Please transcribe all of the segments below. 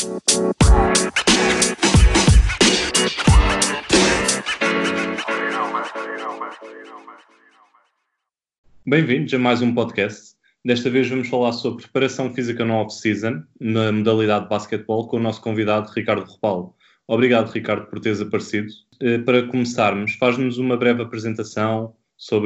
Bem-vindos a mais um podcast. Desta vez vamos falar sobre preparação física no off-season, na modalidade de basquetebol, com o nosso convidado Ricardo Repalo. Obrigado, Ricardo, por teres aparecido. Para começarmos, faz-nos uma breve apresentação sobre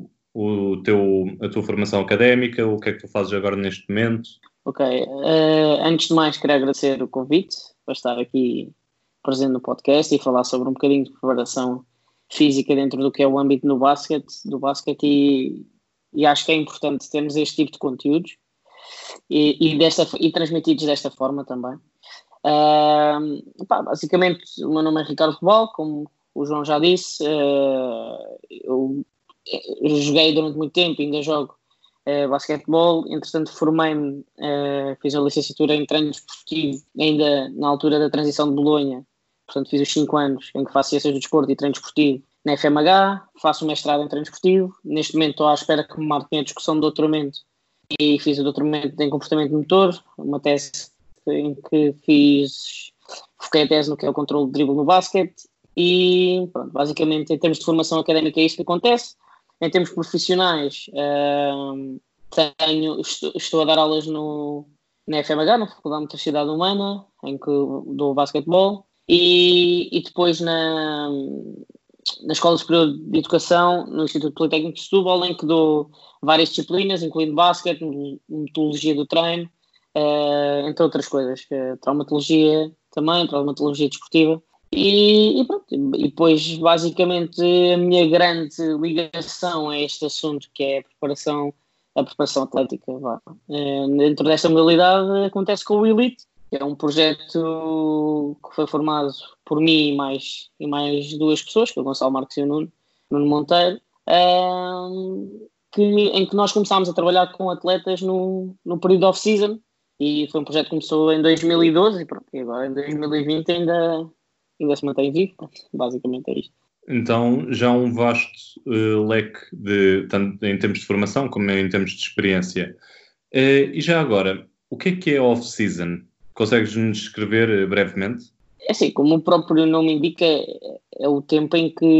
a tua formação académica, o que é que tu fazes agora neste momento. Ok, antes de mais quero agradecer o convite para estar aqui presente no podcast e falar sobre um bocadinho de preparação física dentro do que é o âmbito do basquete e acho que é importante termos este tipo de conteúdos e transmitidos desta forma também. Basicamente, o meu nome é Ricardo Repalo, como o João já disse. Eu joguei durante muito tempo, ainda jogo basquetebol. Entretanto, formei-me, fiz a licenciatura em treino desportivo, ainda na altura da transição de Bolonha. Portanto, fiz os 5 anos em que faço ciências do desporto e treino desportivo na FMH, faço um mestrado em treino desportivo. Neste momento estou à espera que me marquem a discussão de doutoramento e fiz o doutoramento em comportamento motor, uma tese em que foquei a tese no que é o controle de drible no basquete. E pronto, basicamente em termos de formação académica é isto que acontece. Em termos profissionais, estou a dar aulas na FMH, na Faculdade de Motricidade Humana, em que dou basquetebol, e depois na Escola Superior de Educação, no Instituto Politécnico de Setúbal, em que dou várias disciplinas, incluindo basquete, metodologia do treino, entre outras coisas, traumatologia também, traumatologia desportiva. E pronto, e depois basicamente a minha grande ligação a este assunto, que é a preparação atlética. Dentro desta modalidade acontece com o Elite, que é um projeto que foi formado por mim e mais duas pessoas, que é o Gonçalo Marques e o Nuno Monteiro, em que nós começámos a trabalhar com atletas no período off-season, e foi um projeto que começou em 2012 e agora em 2020 ainda se mantém vivo. Basicamente é isto. Então, já um vasto leque, tanto em termos de formação como em termos de experiência. E já agora, o que é off-season? Consegues-nos descrever brevemente? É assim, como o próprio nome indica, é o tempo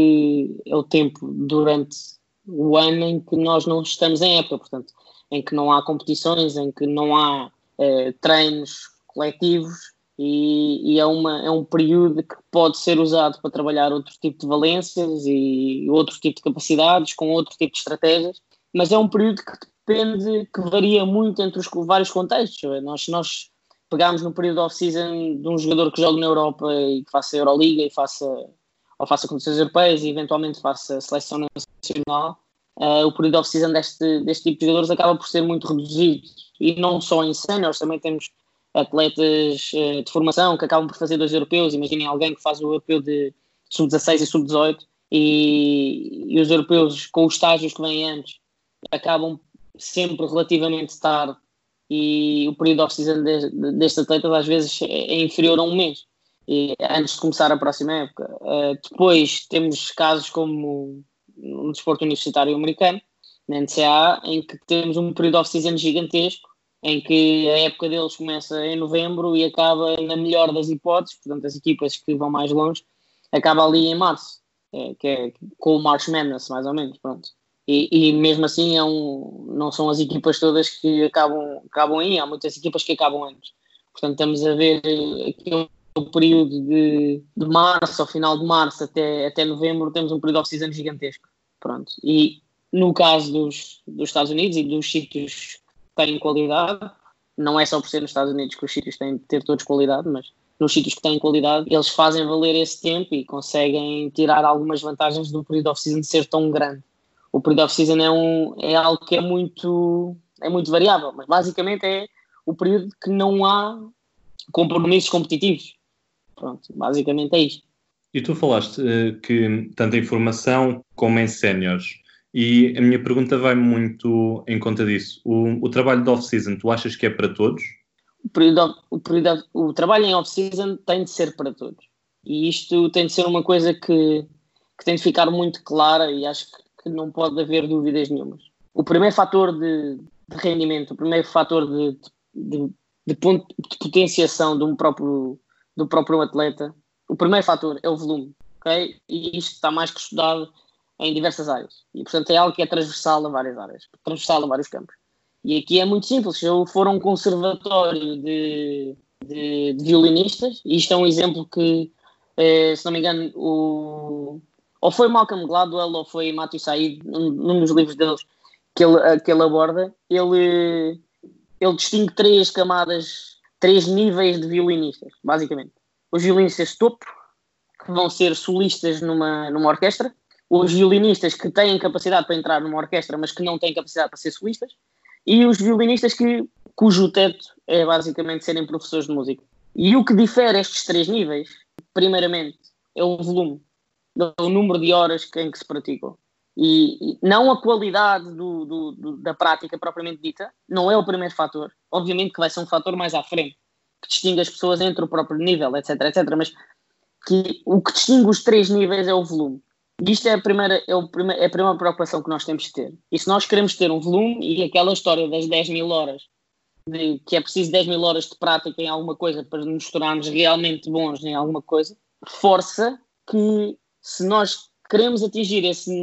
durante o ano em que nós não estamos em época, portanto, em que não há competições, em que não há treinos coletivos, e é um período que pode ser usado para trabalhar outro tipo de valências e outro tipo de capacidades, com outro tipo de estratégias, mas é um período que varia muito entre os vários contextos. Nós pegámos no período off-season de um jogador que joga na Europa e que faça a Euroliga e faça competições europeias e eventualmente faça seleção nacional, o período off-season deste tipo de jogadores acaba por ser muito reduzido. E não só em séniores, também temos atletas de formação que acabam por fazer 2 europeus. Imaginem alguém que faz o europeu de sub-16 e sub-18 e os europeus com os estágios que vêm antes acabam sempre relativamente tarde, e o período off-season destes atletas às vezes é inferior a um mês antes de começar a próxima época. Depois temos casos como no desporto universitário americano, na NCAA, em que temos um período off-season gigantesco, em que a época deles começa em novembro e acaba, na melhor das hipóteses, portanto as equipas que vão mais longe, acaba ali em março, que é com o March Madness, mais ou menos, pronto. E mesmo assim não são as equipas todas que acabam aí, há muitas equipas que acabam antes. Portanto, estamos a ver aqui um período de março, ao final de março até novembro, temos um período off-season gigantesco. Pronto. E no caso dos Estados Unidos e dos sítios que têm qualidade, não é só por ser nos Estados Unidos que os sítios têm de ter todos qualidade, mas nos sítios que têm qualidade, eles fazem valer esse tempo e conseguem tirar algumas vantagens do período off-season de ser tão grande. O período off-season é algo que é muito variável, mas basicamente é o período que não há compromissos competitivos. Pronto, basicamente é isto. E tu falaste que tanto em formação como em séniores, e a minha pergunta vai muito em conta disso. O trabalho de off-season, tu achas que é para todos? O trabalho em off-season tem de ser para todos. E isto tem de ser uma coisa que tem de ficar muito clara, e acho que não pode haver dúvidas nenhumas. O primeiro fator de rendimento, o primeiro fator de de potenciação do próprio atleta, o primeiro fator é o volume, ok? E isto está mais que estudado em diversas áreas. E, portanto, é algo que é transversal a várias áreas, transversal a vários campos. E aqui é muito simples. Se eu for a um conservatório de violinistas, e isto é um exemplo que, se não me engano, ou foi Malcolm Gladwell ou foi Matthew Said, num dos livros deles que ele aborda, ele distingue 3 camadas, 3 níveis de violinistas, basicamente. Os violinistas topo, que vão ser solistas numa orquestra, os violinistas que têm capacidade para entrar numa orquestra, mas que não têm capacidade para ser solistas, e os violinistas cujo teto é basicamente serem professores de música. E o que difere estes 3 níveis, primeiramente, é o volume, o número de horas em que se praticam. E não a qualidade da prática propriamente dita, não é o primeiro fator. Obviamente que vai ser um fator mais à frente, que distingue as pessoas entre o próprio nível, etc, mas o que distingue os 3 níveis é o volume. E isto é a primeira preocupação que nós temos de ter. E se nós queremos ter um volume, e aquela história das 10.000 horas, que é preciso 10.000 horas de prática em alguma coisa para nos tornarmos realmente bons em alguma coisa, força que, se nós queremos atingir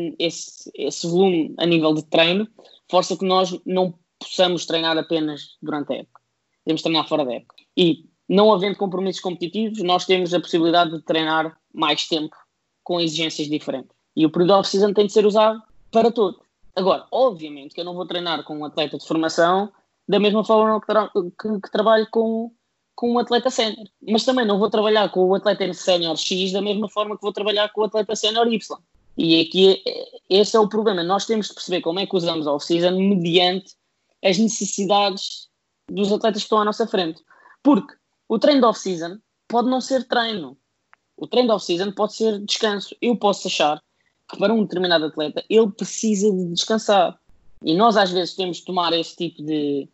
esse volume a nível de treino, força que nós não possamos treinar apenas durante a época. Temos de treinar fora da época. E, não havendo compromissos competitivos, nós temos a possibilidade de treinar mais tempo com exigências diferentes. E o período off-season tem de ser usado para todos. Agora, obviamente que eu não vou treinar com um atleta de formação da mesma forma que trabalho com um atleta sénior. Mas também não vou trabalhar com o atleta sénior X da mesma forma que vou trabalhar com o atleta sénior Y. E aqui esse é o problema. Nós temos de perceber como é que usamos a off-season mediante as necessidades dos atletas que estão à nossa frente. Porque o treino de off-season pode não ser treino. O treino de off-season pode ser descanso. Eu posso achar que para um determinado atleta ele precisa de descansar. E nós às vezes temos de tomar esse tipo de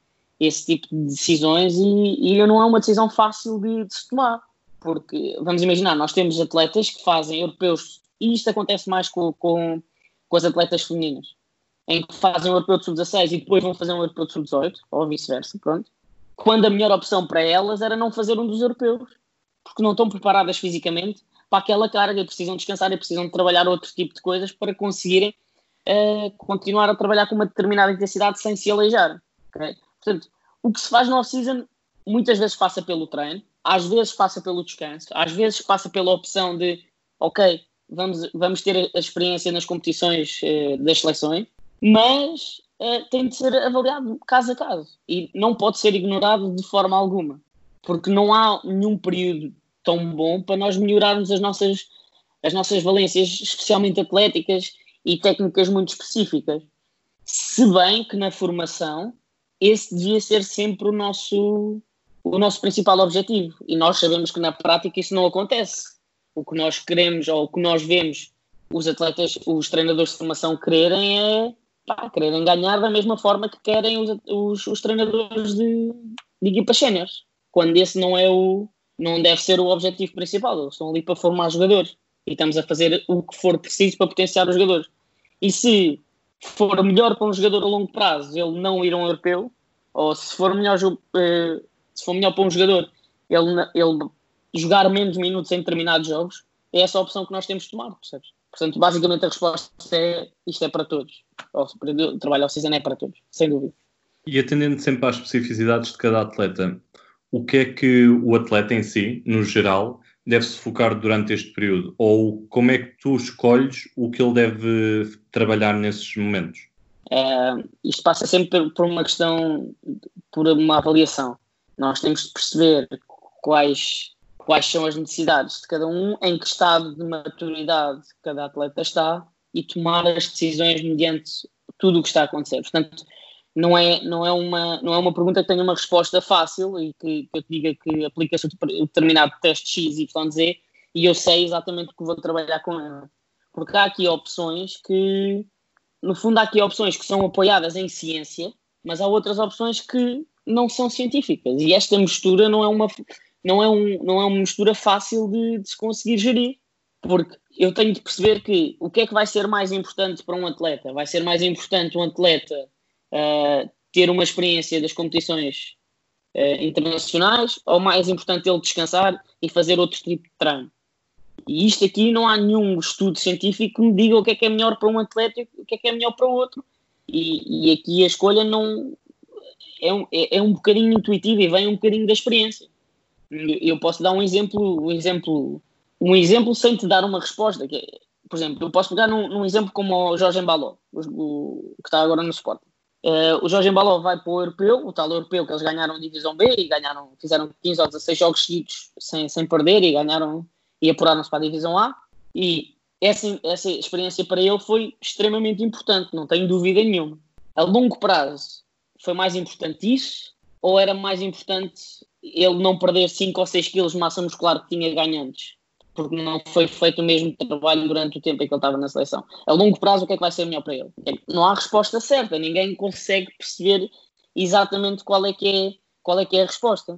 decisões e não é uma decisão fácil de se tomar. Porque, vamos imaginar, nós temos atletas que fazem europeus, e isto acontece mais com as atletas femininas, em que fazem um europeu de sub-16 e depois vão fazer um europeu de sub-18, ou vice-versa, pronto. Quando a melhor opção para elas era não fazer um dos europeus, porque não estão preparadas fisicamente para aquela carga e precisam descansar e precisam de trabalhar outro tipo de coisas para conseguirem continuar a trabalhar com uma determinada intensidade sem se aleijar. Okay? Portanto, o que se faz no off-season muitas vezes passa pelo treino, às vezes passa pelo descanso, às vezes passa pela opção de ok, vamos ter a experiência nas competições das seleções, mas tem de ser avaliado caso a caso e não pode ser ignorado de forma alguma, porque não há nenhum período tão bom para nós melhorarmos as nossas valências, especialmente atléticas e técnicas muito específicas. Se bem que na formação esse devia ser sempre o nosso principal objetivo, e nós sabemos que na prática isso não acontece. O que nós queremos, ou o que nós vemos os atletas, os treinadores de formação quererem quererem ganhar da mesma forma que querem os treinadores de equipas séniores, quando esse não deve ser o objetivo principal. Eles estão ali para formar jogadores e estamos a fazer o que for preciso para potenciar os jogadores. E se for melhor para um jogador a longo prazo ele não ir a um europeu, ou se for melhor para um jogador ele jogar menos minutos em determinados jogos, é essa a opção que nós temos de tomar, percebes? Portanto, basicamente a resposta é isto é para todos. O trabalho off-season é para todos, sem dúvida. E atendendo sempre às especificidades de cada atleta, o que é que o atleta em si, no geral, deve-se focar durante este período? Ou como é que tu escolhes o que ele deve trabalhar nesses momentos? Isto passa sempre por uma questão, por uma avaliação. Nós temos de perceber quais são as necessidades de cada um, em que estado de maturidade cada atleta está e tomar as decisões mediante tudo o que está a acontecer. Portanto, não é uma pergunta que tenha uma resposta fácil e que eu te diga que aplica-se um determinado teste X, Y, Z e eu sei exatamente o que vou trabalhar com ela. Porque há aqui opções que, no fundo, são apoiadas em ciência, mas há outras opções que não são científicas. E esta mistura não é uma mistura fácil de se conseguir gerir. Porque eu tenho de perceber que o que é que vai ser mais importante para um atleta? Vai ser mais importante um atleta ter uma experiência das competições internacionais, ou mais importante ele descansar e fazer outro tipo de treino? E isto aqui não há nenhum estudo científico que me diga o que é melhor para um atleta e o que é melhor para o outro. E aqui a escolha não é um bocadinho intuitiva e vem um bocadinho da experiência. Eu posso dar um exemplo sem te dar uma resposta. Por exemplo, eu posso pegar num exemplo como o Jorge Embalo, que está agora no Sporting. O Jorge Embalo vai para o Europeu, o tal Europeu que eles ganharam a Divisão B e fizeram 15 ou 16 jogos seguidos sem perder e apuraram-se para a Divisão A. E essa experiência para ele foi extremamente importante, não tenho dúvida nenhuma. A longo prazo, foi mais importante isso ou era mais importante ele não perder 5 ou 6 quilos de massa muscular que tinha ganho antes? Porque não foi feito o mesmo trabalho durante o tempo em que ele estava na seleção. A longo prazo, o que é que vai ser melhor para ele? Não há resposta certa, ninguém consegue perceber exatamente qual é que é a resposta.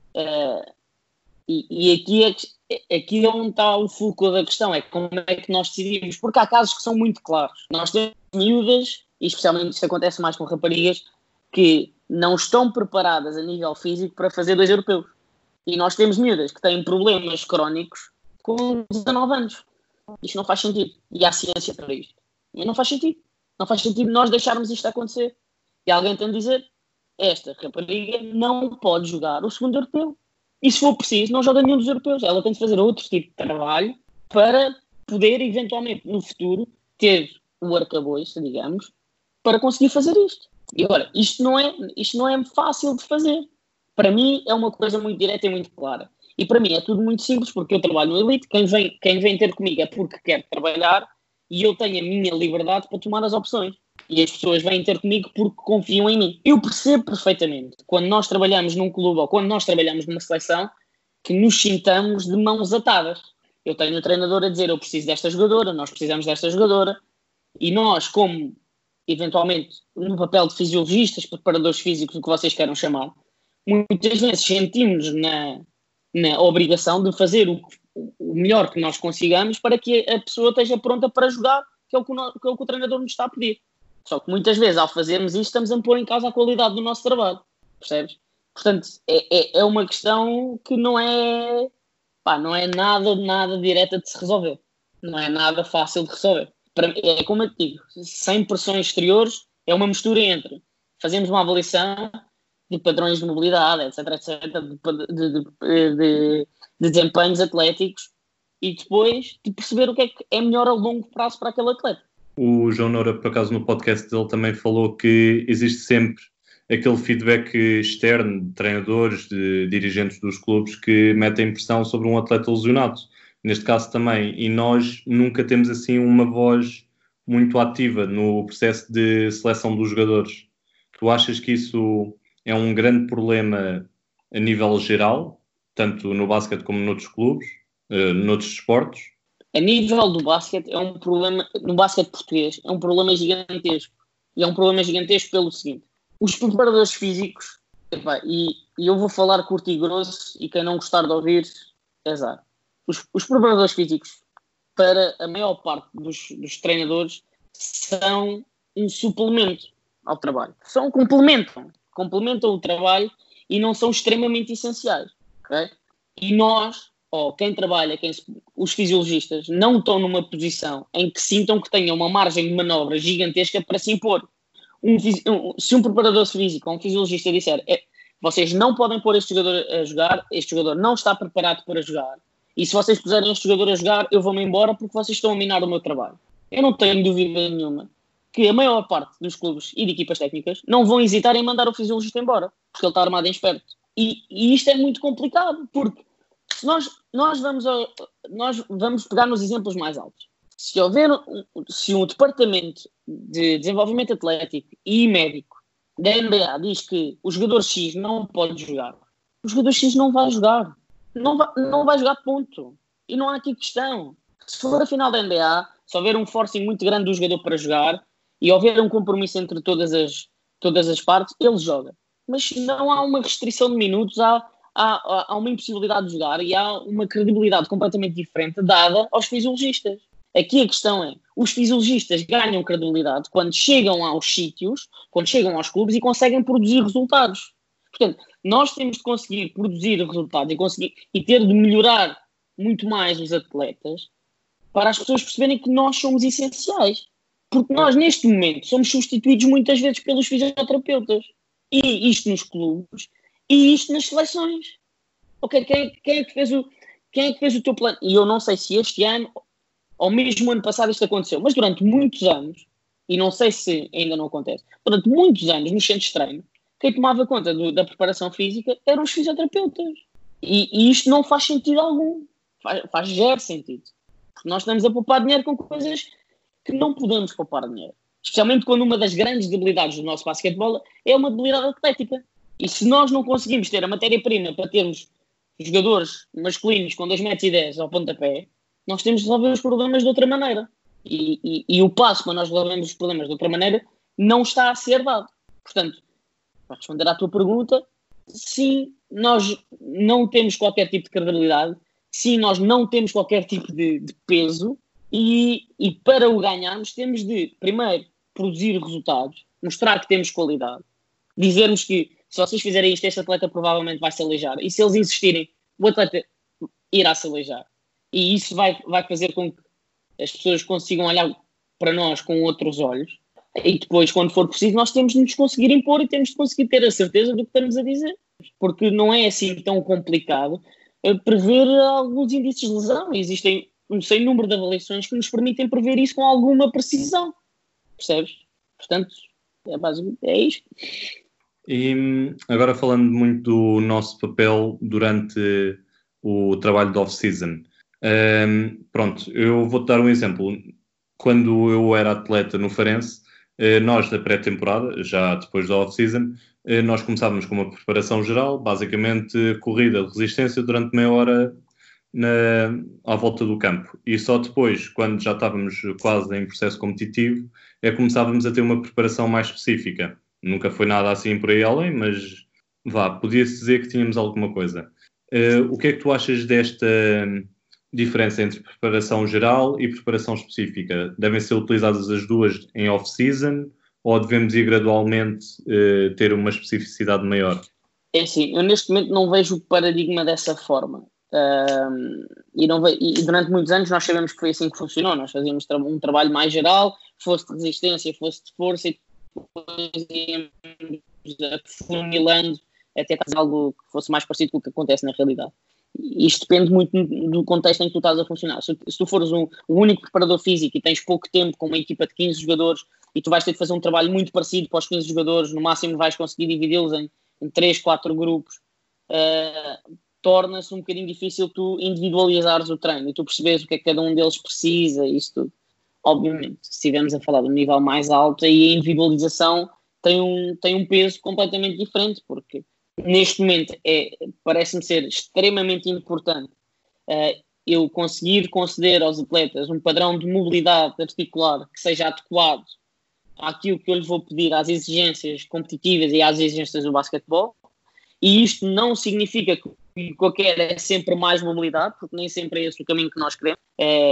E aqui é onde está o fulcro da questão, é como é que nós decidimos, porque há casos que são muito claros. Nós temos miúdas, e especialmente isto acontece mais com raparigas, que não estão preparadas a nível físico para fazer 2 europeus. E nós temos miúdas que têm problemas crónicos com 19 anos. Isto não faz sentido. E há ciência para isto. E não faz sentido. Não faz sentido nós deixarmos isto acontecer. E alguém tem de dizer, esta rapariga não pode jogar o segundo europeu. E se for preciso, não joga nenhum dos europeus. Ela tem de fazer outro tipo de trabalho para poder, eventualmente, no futuro, ter o arcabouço, digamos, para conseguir fazer isto. E agora, isto não é fácil de fazer. Para mim é uma coisa muito direta e muito clara. E para mim é tudo muito simples, porque eu trabalho no Elite, quem vem ter comigo é porque quer trabalhar e eu tenho a minha liberdade para tomar as opções. E as pessoas vêm ter comigo porque confiam em mim. Eu percebo perfeitamente, quando nós trabalhamos num clube ou quando nós trabalhamos numa seleção, que nos sintamos de mãos atadas. Eu tenho um treinador a dizer, eu preciso desta jogadora, nós precisamos desta jogadora, e nós, como eventualmente no papel de fisiologistas, preparadores físicos, o que vocês queiram chamar, muitas vezes sentimos na obrigação de fazer o melhor que nós consigamos para que a pessoa esteja pronta para jogar, que é o que o treinador nos está a pedir. Só que muitas vezes, ao fazermos isto, estamos a pôr em causa a qualidade do nosso trabalho, percebes? Portanto, é uma questão que não é nada direta de se resolver. Não é nada fácil de resolver. É como eu te digo, sem pressões exteriores, é uma mistura entre fazermos uma avaliação de padrões de mobilidade, etc, de desempenhos atléticos e depois de perceber o que é melhor a longo prazo para aquele atleta. O João Noura, por acaso, no podcast dele também falou que existe sempre aquele feedback externo de treinadores, de dirigentes dos clubes que metem pressão sobre um atleta lesionado. Neste caso também, e nós nunca temos assim uma voz muito ativa no processo de seleção dos jogadores. Tu achas que isso é um grande problema a nível geral, tanto no basquete como noutros clubes, noutros desportos? A nível do basquete é um problema, no basquete português, é um problema gigantesco. E é um problema gigantesco pelo seguinte, os preparadores físicos, e eu vou falar curto e grosso, e quem não gostar de ouvir, é azar. Os preparadores físicos, para a maior parte dos treinadores, são um suplemento ao trabalho. Complementam o trabalho e não são extremamente essenciais. Okay? E nós, quem trabalha, os fisiologistas, não estão numa posição em que sintam que tenham uma margem de manobra gigantesca para se impor. Se um preparador físico ou um fisiologista disser vocês não podem pôr este jogador a jogar, este jogador não está preparado para jogar, e se vocês puserem este jogador a jogar, eu vou-me embora porque vocês estão a minar o meu trabalho. Eu não tenho dúvida nenhuma que a maior parte dos clubes e de equipas técnicas não vão hesitar em mandar o fisiologista embora, porque ele está armado em esperto. E isto é muito complicado, porque se nós vamos pegar nos exemplos mais altos. Se um departamento de desenvolvimento atlético e médico da NBA diz que o jogador X não pode jogar, o jogador X não vai jogar. Não vai jogar, ponto. E não há aqui questão. Se for a final da NBA, se houver um forcing muito grande do jogador para jogar e houver um compromisso entre todas as partes, ele joga. Mas se não há uma restrição de minutos, há uma impossibilidade de jogar e há uma credibilidade completamente diferente dada aos fisiologistas. Aqui a questão é, os fisiologistas ganham credibilidade quando chegam aos sítios, quando chegam aos clubes e conseguem produzir resultados. Portanto, nós temos de conseguir produzir resultados e ter de melhorar muito mais os atletas para as pessoas perceberem que nós somos essenciais. Porque nós, neste momento, somos substituídos muitas vezes pelos fisioterapeutas. E isto nos clubes e isto nas seleções. Ok, quem é que fez o teu plano? E eu não sei se este ano ou mesmo ano passado isto aconteceu, mas durante muitos anos, e não sei se ainda não acontece, durante muitos anos nos centros de treino, quem tomava conta da preparação física eram os fisioterapeutas. E isto não faz sentido algum. Faz zero sentido. Porque nós estamos a poupar dinheiro com coisas que não podemos poupar dinheiro. Especialmente quando uma das grandes debilidades do nosso basquetebol é uma debilidade atlética. E se nós não conseguimos ter a matéria-prima para termos jogadores masculinos com 2,10 m ao pontapé, nós temos de resolver os problemas de outra maneira. E o passo para nós resolvermos os problemas de outra maneira não está a ser dado. Portanto, para responder à tua pergunta, sim, nós não temos qualquer tipo de credibilidade, sim, nós não temos qualquer tipo de peso e para o ganharmos temos de, primeiro, produzir resultados, mostrar que temos qualidade, dizermos que se vocês fizerem isto, este atleta provavelmente vai se aleijar. E se eles insistirem, o atleta irá se aleijar. E isso vai fazer com que as pessoas consigam olhar para nós com outros olhos. E depois, quando for preciso, nós temos de nos conseguir impor e temos de conseguir ter a certeza do que estamos a dizer. Porque não é assim tão complicado prever alguns indícios de lesão. Existem um sem número de avaliações que nos permitem prever isso com alguma precisão. Percebes? Portanto, é isto. E agora falando muito do nosso papel durante o trabalho de off-season. Pronto, eu vou-te dar um exemplo. Quando eu era atleta no Farense, nós da pré-temporada, já depois da off-season, nós começávamos com uma preparação geral, basicamente corrida de resistência durante meia hora à volta do campo. E só depois, quando já estávamos quase em processo competitivo, começávamos a ter uma preparação mais específica. Nunca foi nada assim por aí além, mas podia-se dizer que tínhamos alguma coisa. O que é que tu achas desta diferença entre preparação geral e preparação específica? Devem ser utilizadas as duas em off-season ou devemos ir gradualmente ter uma especificidade maior? É assim, eu neste momento não vejo o paradigma dessa forma. E durante muitos anos nós sabemos que foi assim que funcionou. Nós fazíamos um trabalho mais geral, fosse de resistência, fosse de força, e depois íamos afunilando até fazer algo que fosse mais parecido com o que acontece na realidade. Isto depende muito do contexto em que tu estás a funcionar. Se tu fores um único preparador físico e tens pouco tempo com uma equipa de 15 jogadores e tu vais ter de fazer um trabalho muito parecido para os 15 jogadores, no máximo vais conseguir dividi-los em 3, 4 grupos, torna-se um bocadinho difícil tu individualizares o treino e tu percebes o que é que cada um deles precisa e isso tudo. Obviamente, se estivermos a falar de um nível mais alto, aí a individualização tem um peso completamente diferente, porque neste momento parece-me ser extremamente importante eu conseguir conceder aos atletas um padrão de mobilidade articular que seja adequado àquilo que eu lhes vou pedir, às exigências competitivas e às exigências do basquetebol. E isto não significa que o que eu quero é sempre mais mobilidade, porque nem sempre é esse o caminho que nós queremos.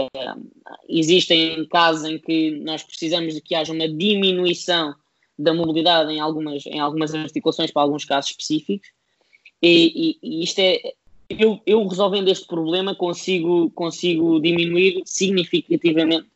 Existem casos em que nós precisamos de que haja uma diminuição da mobilidade em algumas articulações para alguns casos específicos. E isto eu resolvendo este problema consigo diminuir significativamente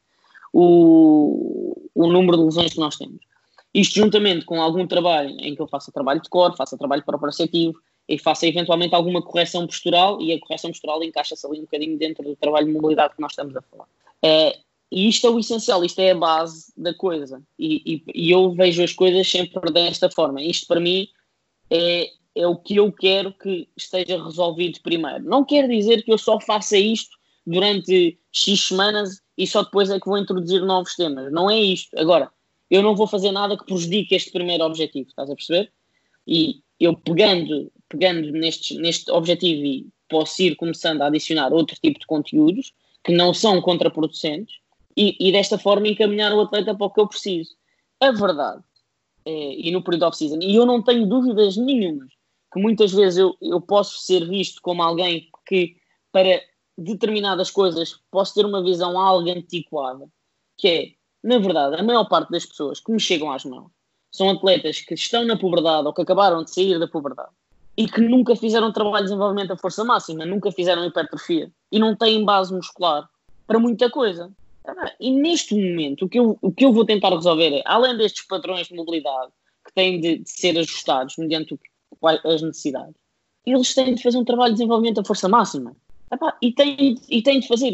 o número de lesões que nós temos. Isto juntamente com algum trabalho em que eu faça trabalho de core, faça trabalho proprioceptivo e faça eventualmente alguma correção postural, e a correção postural encaixa-se ali um bocadinho dentro do trabalho de mobilidade que nós estamos a falar. E isto é o essencial, isto é a base da coisa. E eu vejo as coisas sempre desta forma. Isto para mim é o que eu quero que esteja resolvido primeiro. Não quer dizer que eu só faça isto durante X semanas e só depois é que vou introduzir novos temas. Não é isto. Agora, eu não vou fazer nada que prejudique este primeiro objetivo, estás a perceber? E eu pegando neste objetivo e posso ir começando a adicionar outro tipo de conteúdos que não são contraproducentes e desta forma encaminhar o atleta para o que eu preciso. A verdade e no período off-season, e eu não tenho dúvidas nenhumas que muitas vezes eu posso ser visto como alguém que para determinadas coisas posso ter uma visão algo antiquada, que é, na verdade, a maior parte das pessoas que me chegam às mãos são atletas que estão na puberdade ou que acabaram de sair da puberdade e que nunca fizeram trabalho de desenvolvimento da força máxima, nunca fizeram hipertrofia e não têm base muscular para muita coisa. E neste momento, o que eu vou tentar resolver é, além destes padrões de mobilidade que têm de ser ajustados mediante as necessidades, eles têm de fazer um trabalho de desenvolvimento da força máxima. E têm de fazer.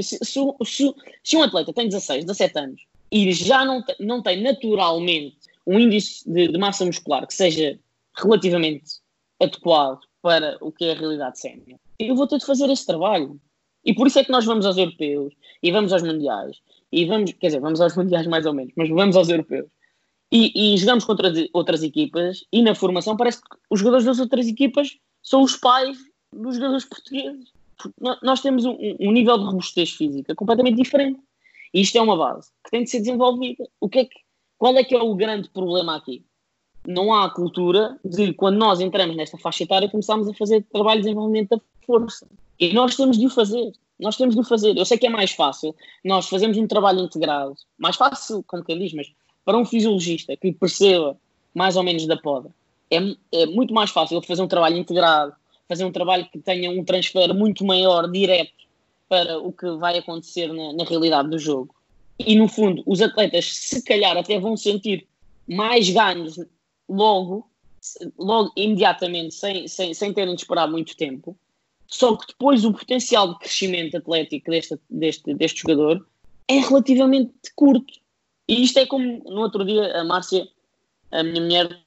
Se um atleta tem 16, 17 anos e já não tem naturalmente um índice de massa muscular que seja relativamente adequado para o que é a realidade sénior, eu vou ter de fazer esse trabalho. E por isso é que nós vamos aos europeus e vamos aos mundiais. Vamos aos mundiais mais ou menos, mas vamos aos europeus. E jogamos contra outras equipas e na formação parece que os jogadores das outras equipas são os pais dos jogadores portugueses. Nós temos um nível de robustez física completamente diferente. E isto é uma base que tem de ser desenvolvida. Qual é que é o grande problema aqui? Não há a cultura de, quando nós entramos nesta faixa etária, começamos a fazer trabalho de desenvolvimento da força. E nós temos de o fazer. Eu sei que é mais fácil. Nós fazemos um trabalho integrado. Mais fácil, como quem diz, mas para um fisiologista que perceba mais ou menos da poda, é muito mais fácil fazer um trabalho integrado, fazer um trabalho que tenha um transfer muito maior, direto, para o que vai acontecer na realidade do jogo. E, no fundo, os atletas, se calhar, até vão sentir mais ganhos logo imediatamente, sem terem de esperar muito tempo. Só que depois o potencial de crescimento atlético deste jogador é relativamente curto. E isto é como, no outro dia, a Márcia, a minha mulher,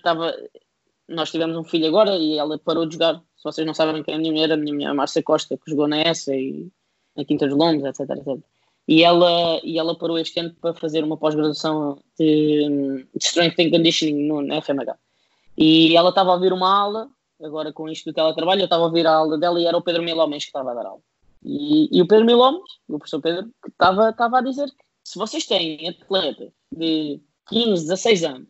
nós tivemos um filho agora e ela parou de jogar. Se vocês não sabem quem é a minha mulher, a Márcia Costa, que jogou na ESA e na Quinta dos Lombos, etc. E ela parou este ano para fazer uma pós-graduação de Strength and Conditioning na FMH. E ela estava a ouvir uma aula, agora com isto do teletrabalho, eu estava a ouvir a aula dela e era o Pedro Milhomens que estava a dar aula. E o Pedro Milhomens, o professor Pedro, que estava a dizer que se vocês têm atletas de 15, 16 anos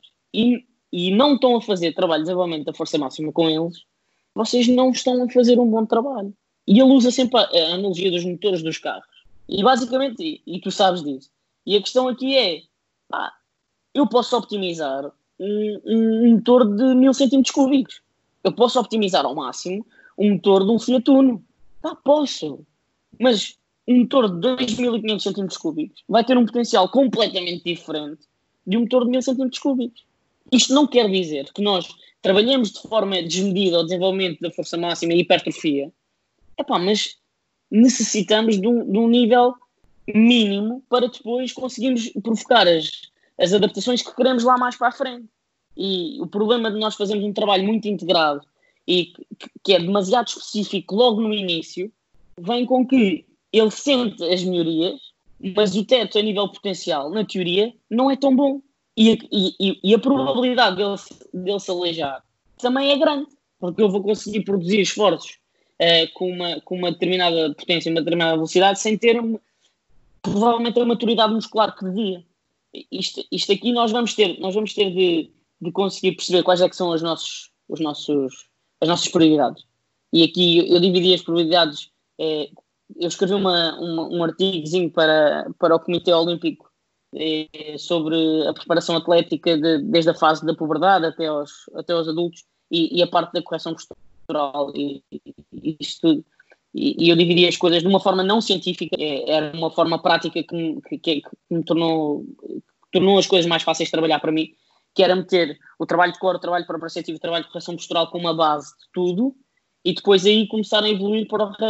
e não estão a fazer trabalho de desenvolvimento da força máxima com eles, vocês não estão a fazer um bom trabalho. E ele usa sempre a analogia dos motores dos carros. E basicamente, e tu sabes disso. E a questão aqui é, eu posso optimizar um motor de 1000 cm3. Eu posso optimizar ao máximo um motor de um Fiat Uno. Posso. Mas um motor de 2500 cm3 vai ter um potencial completamente diferente de um motor de 1000 cm3. Isto não quer dizer que nós trabalhemos de forma desmedida o desenvolvimento da força máxima e hipertrofia, mas necessitamos de um nível mínimo para depois conseguirmos provocar as adaptações que queremos lá mais para a frente. E o problema de nós fazermos um trabalho muito integrado e que é demasiado específico logo no início, vem com que ele sente as melhorias, mas o teto a nível potencial, na teoria, não é tão bom. E a probabilidade dele se aleijar também é grande, porque eu vou conseguir produzir esforços com uma determinada potência, uma determinada velocidade, sem ter provavelmente a maturidade muscular que devia. Isto aqui nós vamos ter de conseguir perceber quais é que são as nossas prioridades. E aqui eu dividi as prioridades. Eu escrevi um artigozinho para o Comitê Olímpico sobre a preparação atlética desde a fase da puberdade até aos adultos e a parte da correção postural e isto tudo. E eu dividi as coisas de uma forma não científica, era uma forma prática que me tornou as coisas mais fáceis de trabalhar para mim, que era meter o trabalho de core, o trabalho proprioceptivo, o trabalho de correção postural como uma base de tudo e depois aí começar a evoluir para o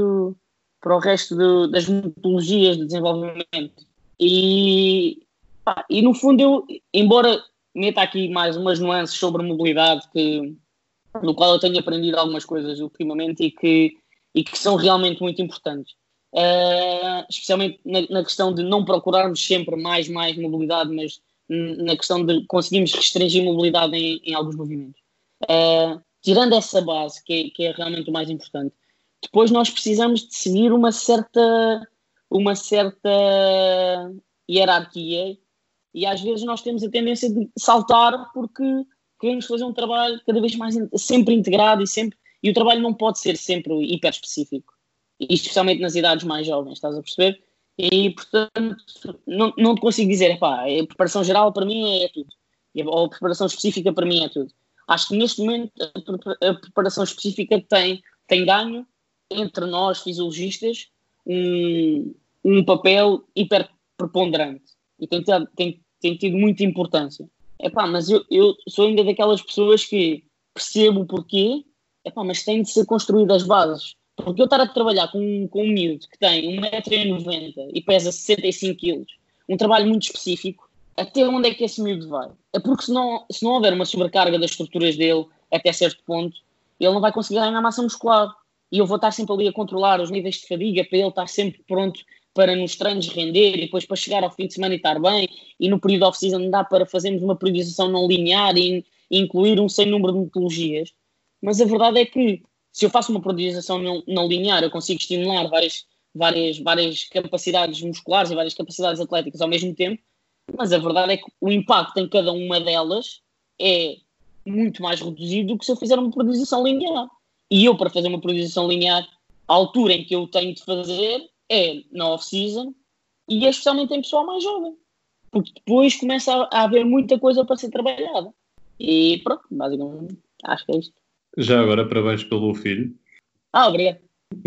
resto das metodologias de desenvolvimento. E no fundo eu, embora meta aqui mais umas nuances sobre mobilidade no qual eu tenho aprendido algumas coisas ultimamente e que são realmente muito importantes, especialmente na questão de não procurarmos sempre mais mobilidade, mas na questão de conseguirmos restringir mobilidade em alguns movimentos. Tirando essa base, que é realmente o mais importante, depois nós precisamos de seguir uma certa hierarquia e às vezes nós temos a tendência de saltar porque queremos fazer um trabalho cada vez mais sempre integrado e o trabalho não pode ser sempre hiper específico, e especialmente nas idades mais jovens, estás a perceber? E portanto não te consigo dizer, a preparação geral para mim é tudo. ou a preparação específica para mim é tudo. Acho que neste momento a preparação específica tem ganho entre nós, fisiologistas, um papel hiper preponderante e tem tido muita importância. Mas eu sou ainda daquelas pessoas que percebo o porquê, mas tem de ser construídas as bases. Porque eu estar a trabalhar com um miúdo que tem 1,90m e pesa 65kg, um trabalho muito específico, até onde é que esse miúdo vai? É porque se não houver uma sobrecarga das estruturas dele até certo ponto, ele não vai conseguir ganhar massa muscular. E eu vou estar sempre ali a controlar os níveis de fadiga para ele estar sempre pronto para nos treinos render e depois para chegar ao fim de semana e estar bem. E no período off-season dá para fazermos uma periodização não linear e incluir um sem número de metodologias. Mas a verdade é que se eu faço uma periodização não linear, eu consigo estimular várias capacidades musculares e várias capacidades atléticas ao mesmo tempo, mas a verdade é que o impacto em cada uma delas é muito mais reduzido do que se eu fizer uma periodização linear. E eu, para fazer uma periodização linear, a altura em que eu tenho de fazer é na off-season e é especialmente em pessoal mais jovem, porque depois começa a haver muita coisa para ser trabalhada. E pronto, basicamente, acho que é isto. Já agora, parabéns pelo filho. Obrigado.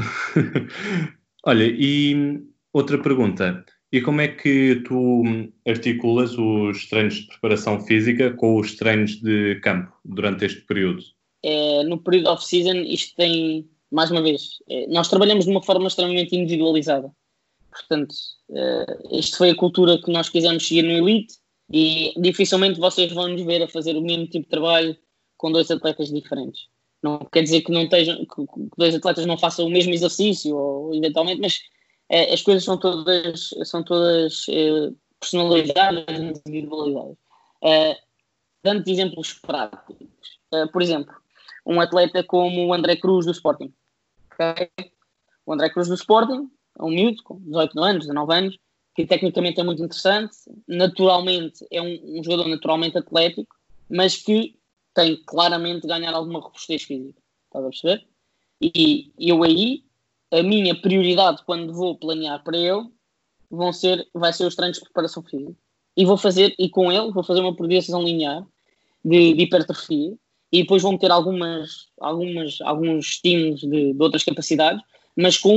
Olha, e outra pergunta. E como é que tu articulas os treinos de preparação física com os treinos de campo durante este período? No período off-season, isto tem, mais uma vez, nós trabalhamos de uma forma extremamente individualizada. Portanto, isto foi a cultura que nós quisemos seguir no Elite e dificilmente vocês vão nos ver a fazer o mesmo tipo de trabalho com 2 atletas diferentes. Não quer dizer que 2 atletas não façam o mesmo exercício, ou eventualmente, mas as coisas são todas personalizadas, individualizadas. Dando exemplos práticos. Por exemplo, um atleta como o André Cruz do Sporting. Okay? O André Cruz do Sporting é um miúdo com 18 anos, 19 anos, que tecnicamente é muito interessante, naturalmente é um jogador naturalmente atlético, mas que tem claramente de ganhar alguma robustez física. Estás a perceber? E eu aí, a minha prioridade quando vou planear para ele vai ser os treinos de preparação física. E com ele vou fazer uma periodização linear de hipertrofia e depois vou meter alguns estímulos de outras capacidades, mas com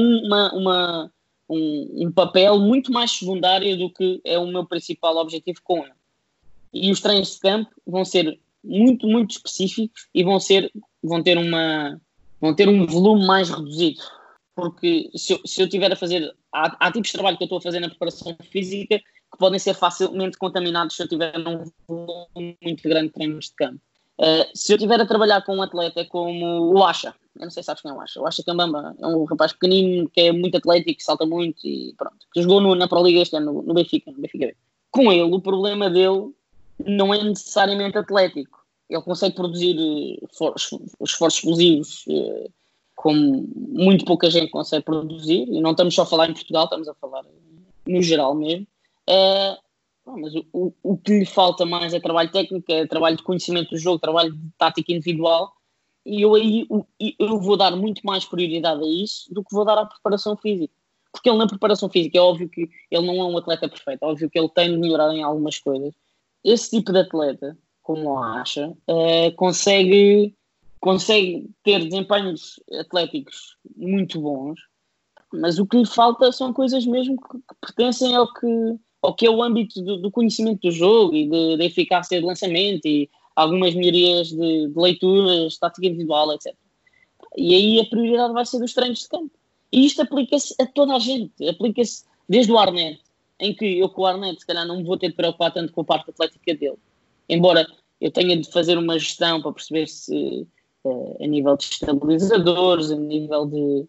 um papel muito mais secundário do que é o meu principal objetivo com ele. E os treinos de campo vão ser muito, muito específicos e vão ter um volume mais reduzido. Porque se eu tiver a fazer... Há tipos de trabalho que eu estou a fazer na preparação física que podem ser facilmente contaminados se eu tiver um volume muito grande de treinos de campo. Se eu estiver a trabalhar com um atleta como o Acha, eu não sei se sabes quem é o Acha. O Acha Cambamba é um rapaz pequenino que é muito atlético, que salta muito e pronto. Que jogou na Pro Liga este ano no Benfica B. Com ele, o problema dele não é necessariamente atlético. Ele consegue produzir esforços explosivos como muito pouca gente consegue produzir, e não estamos só a falar em Portugal, estamos a falar no geral mesmo. Mas o que lhe falta mais é trabalho técnico, é trabalho de conhecimento do jogo, trabalho de tática individual, e eu vou dar muito mais prioridade a isso do que vou dar à preparação física. Porque ele na preparação física é óbvio que ele não é um atleta perfeito, é óbvio que ele tem de melhorar em algumas coisas. Esse tipo de atleta, como a Acha, consegue ter desempenhos atléticos muito bons, mas o que lhe falta são coisas mesmo que pertencem ao que é o âmbito do conhecimento do jogo e da eficácia de lançamento e algumas melhorias de leituras, tática individual, etc. E aí a prioridade vai ser dos treinos de campo. E isto aplica-se a toda a gente. Aplica-se desde o Arnett, em que eu com o Arnett se calhar não me vou ter de preocupar tanto com a parte atlética dele. Embora eu tenha de fazer uma gestão para perceber se a nível de estabilizadores, a nível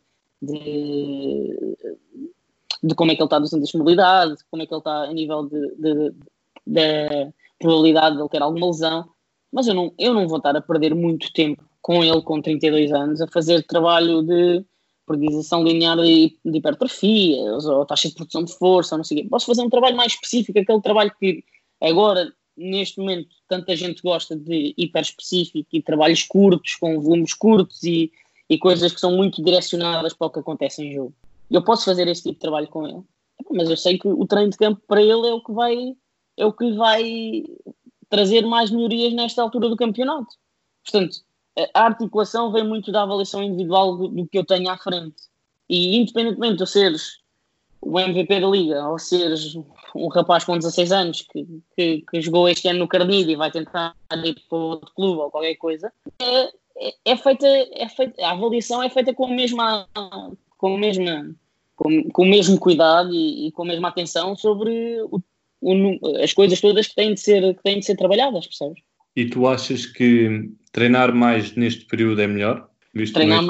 de como é que ele está do centro de mobilidade, como é que ele está a nível da probabilidade de ele ter alguma lesão, mas eu não vou estar a perder muito tempo com ele com 32 anos a fazer trabalho de periodização linear de hipertrofia ou taxa de produção de força, ou não sei o quê. Posso fazer um trabalho mais específico, aquele trabalho que agora, neste momento, tanta gente gosta de hiper específico e trabalhos curtos, com volumes curtos e coisas que são muito direcionadas para o que acontece em jogo. Eu posso fazer esse tipo de trabalho com ele, mas eu sei que o treino de campo para ele é o que lhe vai trazer mais melhorias nesta altura do campeonato. Portanto, a articulação vem muito da avaliação individual do que eu tenho à frente. E independentemente de eu seres o MVP da Liga ou seres um rapaz com 16 anos que jogou este ano no Carnide e vai tentar ir para outro clube ou qualquer coisa, a avaliação é feita com o mesmo cuidado e com a mesma atenção sobre as coisas todas que têm de ser trabalhadas, percebes? E tu achas que treinar mais neste período é melhor? Treinar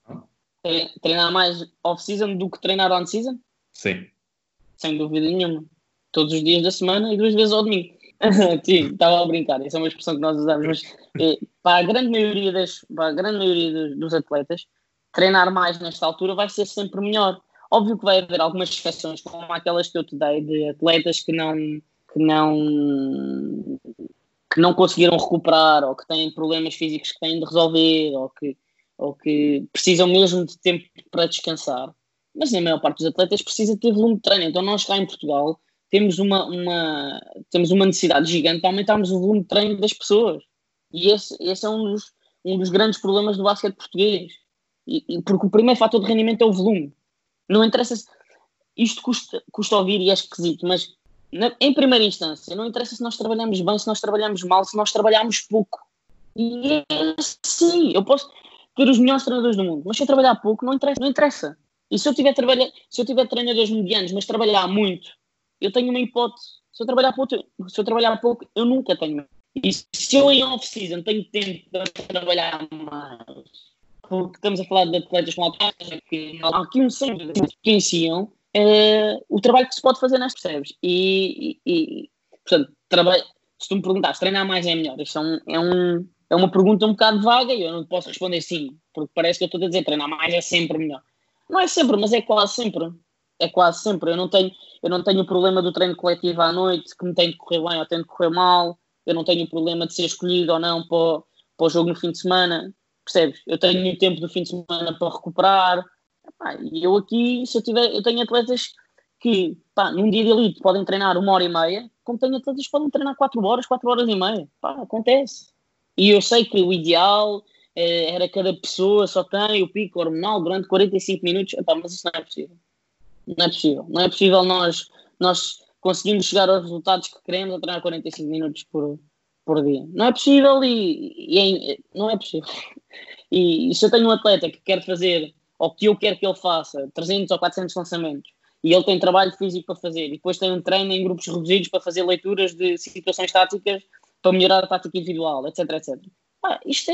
mais off-season do que treinar on-season? Sim. Sem dúvida nenhuma. Todos os dias da semana e 2 vezes ao domingo. Sim, estava a brincar. Essa é uma expressão que nós usamos. Mas para a grande maioria dos atletas, treinar mais nesta altura vai ser sempre melhor. Óbvio que vai haver algumas exceções, como aquelas que eu te dei, de atletas que não conseguiram recuperar, ou que têm problemas físicos que têm de resolver, ou que precisam mesmo de tempo para descansar. Mas na maior parte dos atletas precisa ter volume de treino. Então nós cá em Portugal temos uma necessidade gigante de aumentarmos o volume de treino das pessoas. E esse é um dos grandes problemas do basquete português. Porque o primeiro fator de rendimento é o volume. Não interessa se isto custa ouvir e é esquisito, mas em primeira instância não interessa se nós trabalhamos bem, se nós trabalhamos mal, se nós trabalhamos pouco. E é assim, eu posso ter os melhores treinadores do mundo, mas se eu trabalhar pouco não interessa. E se eu tiver treinadores medianos, mas trabalhar muito, eu tenho uma hipótese. Se eu trabalhar pouco, eu nunca tenho. E se eu em off-season tenho tempo para trabalhar mais, porque estamos a falar de atletas com alta, que há aqui um centro que influenciam o trabalho que se pode fazer nas percebes. Portanto, se tu me perguntares, treinar mais é melhor? Isto é uma pergunta um bocado vaga e eu não posso responder sim, porque parece que eu estou a dizer treinar mais é sempre melhor. Não é sempre, mas é quase sempre. É quase sempre. Eu não tenho o problema do treino coletivo à noite, que me tem de correr bem ou tem de correr mal. Eu não tenho o problema de ser escolhido ou não para o jogo no fim de semana. Percebes? Eu tenho o tempo do fim de semana para recuperar. E eu aqui, eu tenho atletas que, num dia de elite podem treinar 1h30, como tenho atletas que podem treinar 4 horas, 4h30. Acontece. E eu sei que o ideal era cada pessoa só tem o pico hormonal durante 45 minutos. Mas isso não é possível. Não é possível. Não é possível nós conseguirmos chegar aos resultados que queremos a treinar 45 minutos por dia. Não é possível não é possível. E se eu tenho um atleta que quer fazer, ou que eu quero que ele faça, 300 ou 400 lançamentos, e ele tem trabalho físico para fazer, e depois tem um treino em grupos reduzidos para fazer leituras de situações táticas para melhorar a tática individual, etc, etc. Isto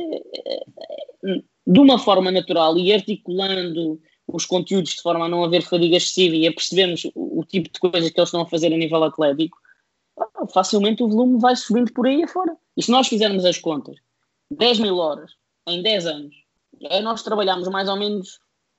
é de uma forma natural e articulando os conteúdos de forma a não haver fadiga excessiva e a percebermos o tipo de coisas que eles estão a fazer a nível atlético, facilmente o volume vai subindo por aí afora. E se nós fizermos as contas, 10.000 horas em 10 anos, nós trabalhamos mais ou menos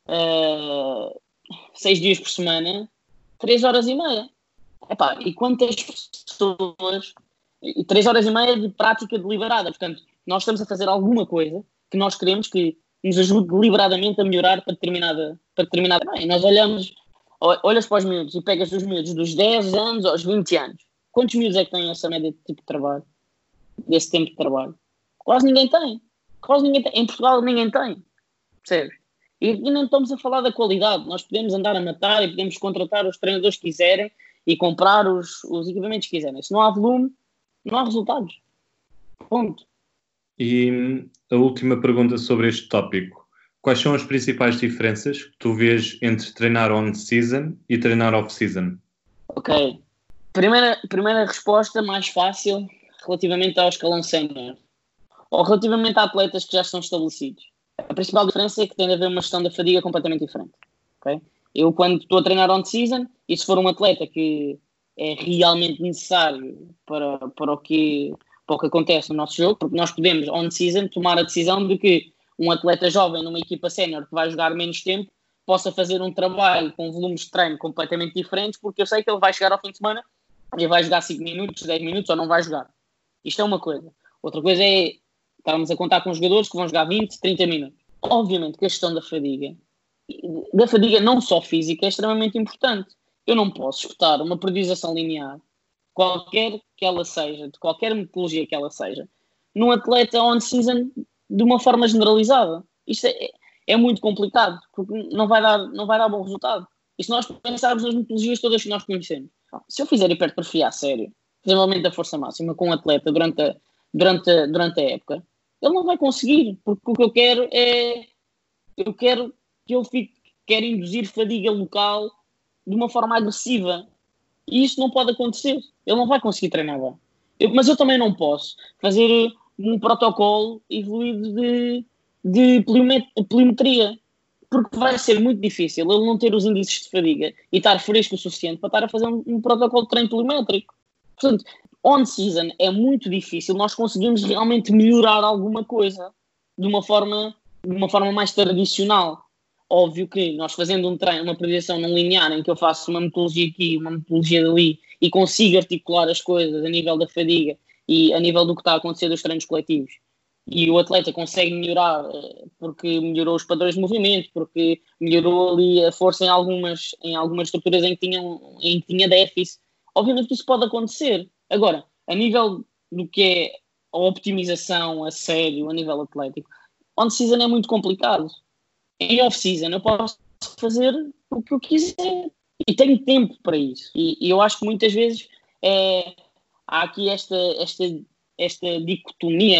6 dias por semana, 3h30. E quantas pessoas... E 3h30 de prática deliberada. Portanto, nós estamos a fazer alguma coisa que nós queremos que nos ajude deliberadamente a melhorar para determinada. E nós olhas para os miúdos e pegas os miúdos dos 10 anos aos 20 anos. Quantos miúdos é que têm essa média de tipo de trabalho? Desse tempo de trabalho? Quase ninguém tem. Em Portugal ninguém tem. Percebes? E nem estamos a falar da qualidade. Nós podemos andar a matar e podemos contratar os treinadores que quiserem e comprar os equipamentos que quiserem. Se não há volume, não há resultados. Ponto. E a última pergunta sobre este tópico. Quais são as principais diferenças que tu vês entre treinar on-season e treinar off-season? Ok. Primeira resposta mais fácil relativamente ao escalão sénior. Ou relativamente a atletas que já estão estabelecidos. A principal diferença é que tem de haver uma gestão da fadiga completamente diferente. Okay? Eu, quando estou a treinar on-season, e se for um atleta que é realmente necessário para o que acontece no nosso jogo, porque nós podemos, on-season, tomar a decisão de que um atleta jovem numa equipa sénior que vai jogar menos tempo possa fazer um trabalho com volumes de treino completamente diferentes, porque eu sei que ele vai chegar ao fim de semana e vai jogar 5 minutos, 10 minutos ou não vai jogar. Isto é uma coisa. Outra coisa é estarmos a contar com jogadores que vão jogar 20, 30 minutos. Obviamente que a gestão da fadiga não só física, é extremamente importante. Eu não posso espetar uma periodização linear qualquer que ela seja, de qualquer metodologia que ela seja, num atleta on-season de uma forma generalizada. Isto é muito complicado, porque não vai dar bom resultado. E se nós pensarmos nas metodologias todas que nós conhecemos, se eu fizer hipertrofia a sério, desenvolvimento da força máxima com um atleta durante a época, ele não vai conseguir, porque o que eu quero é que ele quero induzir fadiga local de uma forma agressiva. E isso não pode acontecer. Ele não vai conseguir treinar bem. Mas eu também não posso fazer um protocolo evoluído de pliometria, porque vai ser muito difícil ele não ter os índices de fadiga e estar fresco o suficiente para estar a fazer um protocolo de treino pliométrico. Portanto, on-season é muito difícil nós conseguimos realmente melhorar alguma coisa de uma forma mais tradicional. Óbvio que nós fazendo um treino, uma periodização não linear em que eu faço uma metodologia aqui, uma metodologia dali e consigo articular as coisas a nível da fadiga e a nível do que está a acontecer dos treinos coletivos, e o atleta consegue melhorar porque melhorou os padrões de movimento, porque melhorou ali a força em algumas estruturas em que tinha déficit. Obviamente que isso pode acontecer. Agora, a nível do que é a optimização a sério, a nível atlético, on-season é muito complicado. Em off-season eu posso fazer o que eu quiser e tenho tempo para isso. E eu acho que muitas vezes há aqui esta dicotomia,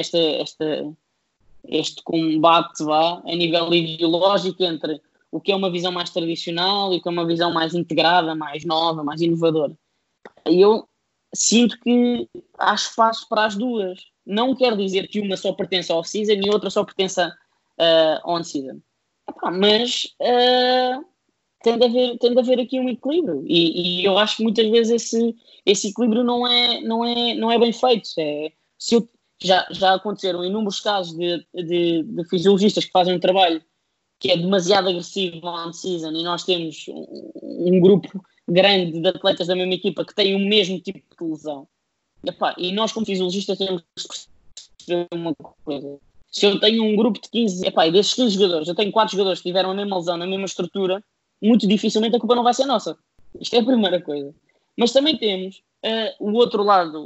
este combate a nível ideológico entre o que é uma visão mais tradicional e o que é uma visão mais integrada, mais nova, mais inovadora. E eu sinto que há espaço para as duas. Não quer dizer que uma só pertence ao off-season e outra só pertence a on-season. Mas tem de haver aqui um equilíbrio. E eu acho que muitas vezes esse equilíbrio não é bem feito. Já aconteceram inúmeros casos de fisiologistas que fazem um trabalho que é demasiado agressivo on-season e nós temos um grupo grande de atletas da mesma equipa que têm o mesmo tipo de lesão. E nós, como fisiologistas, temos que perceber uma coisa. Se eu tenho um grupo de 15, e desses 15 jogadores, eu tenho 4 jogadores que tiveram a mesma lesão, na mesma estrutura, muito dificilmente a culpa não vai ser nossa. Isto é a primeira coisa. Mas também temos o outro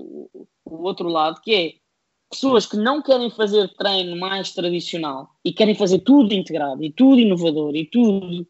lado, que é pessoas que não querem fazer treino mais tradicional e querem fazer tudo integrado e tudo inovador e tudo,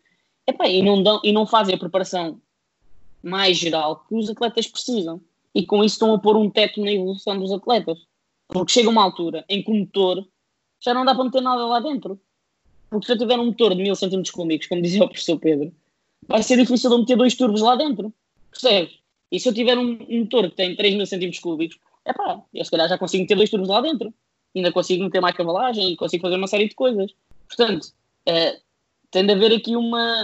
e não fazem a preparação mais geral que os atletas precisam. E com isso estão a pôr um teto na evolução dos atletas. Porque chega uma altura em que o motor já não dá para meter nada lá dentro. Porque se eu tiver um motor de 1000 cm3, como dizia o professor Pedro, vai ser difícil eu meter 2 turbos lá dentro. Percebes? E se eu tiver um motor que tem 3000 cm3, eu se calhar já consigo meter 2 turbos lá dentro. Ainda consigo meter mais cavalagem e consigo fazer uma série de coisas. Portanto, tem de haver aqui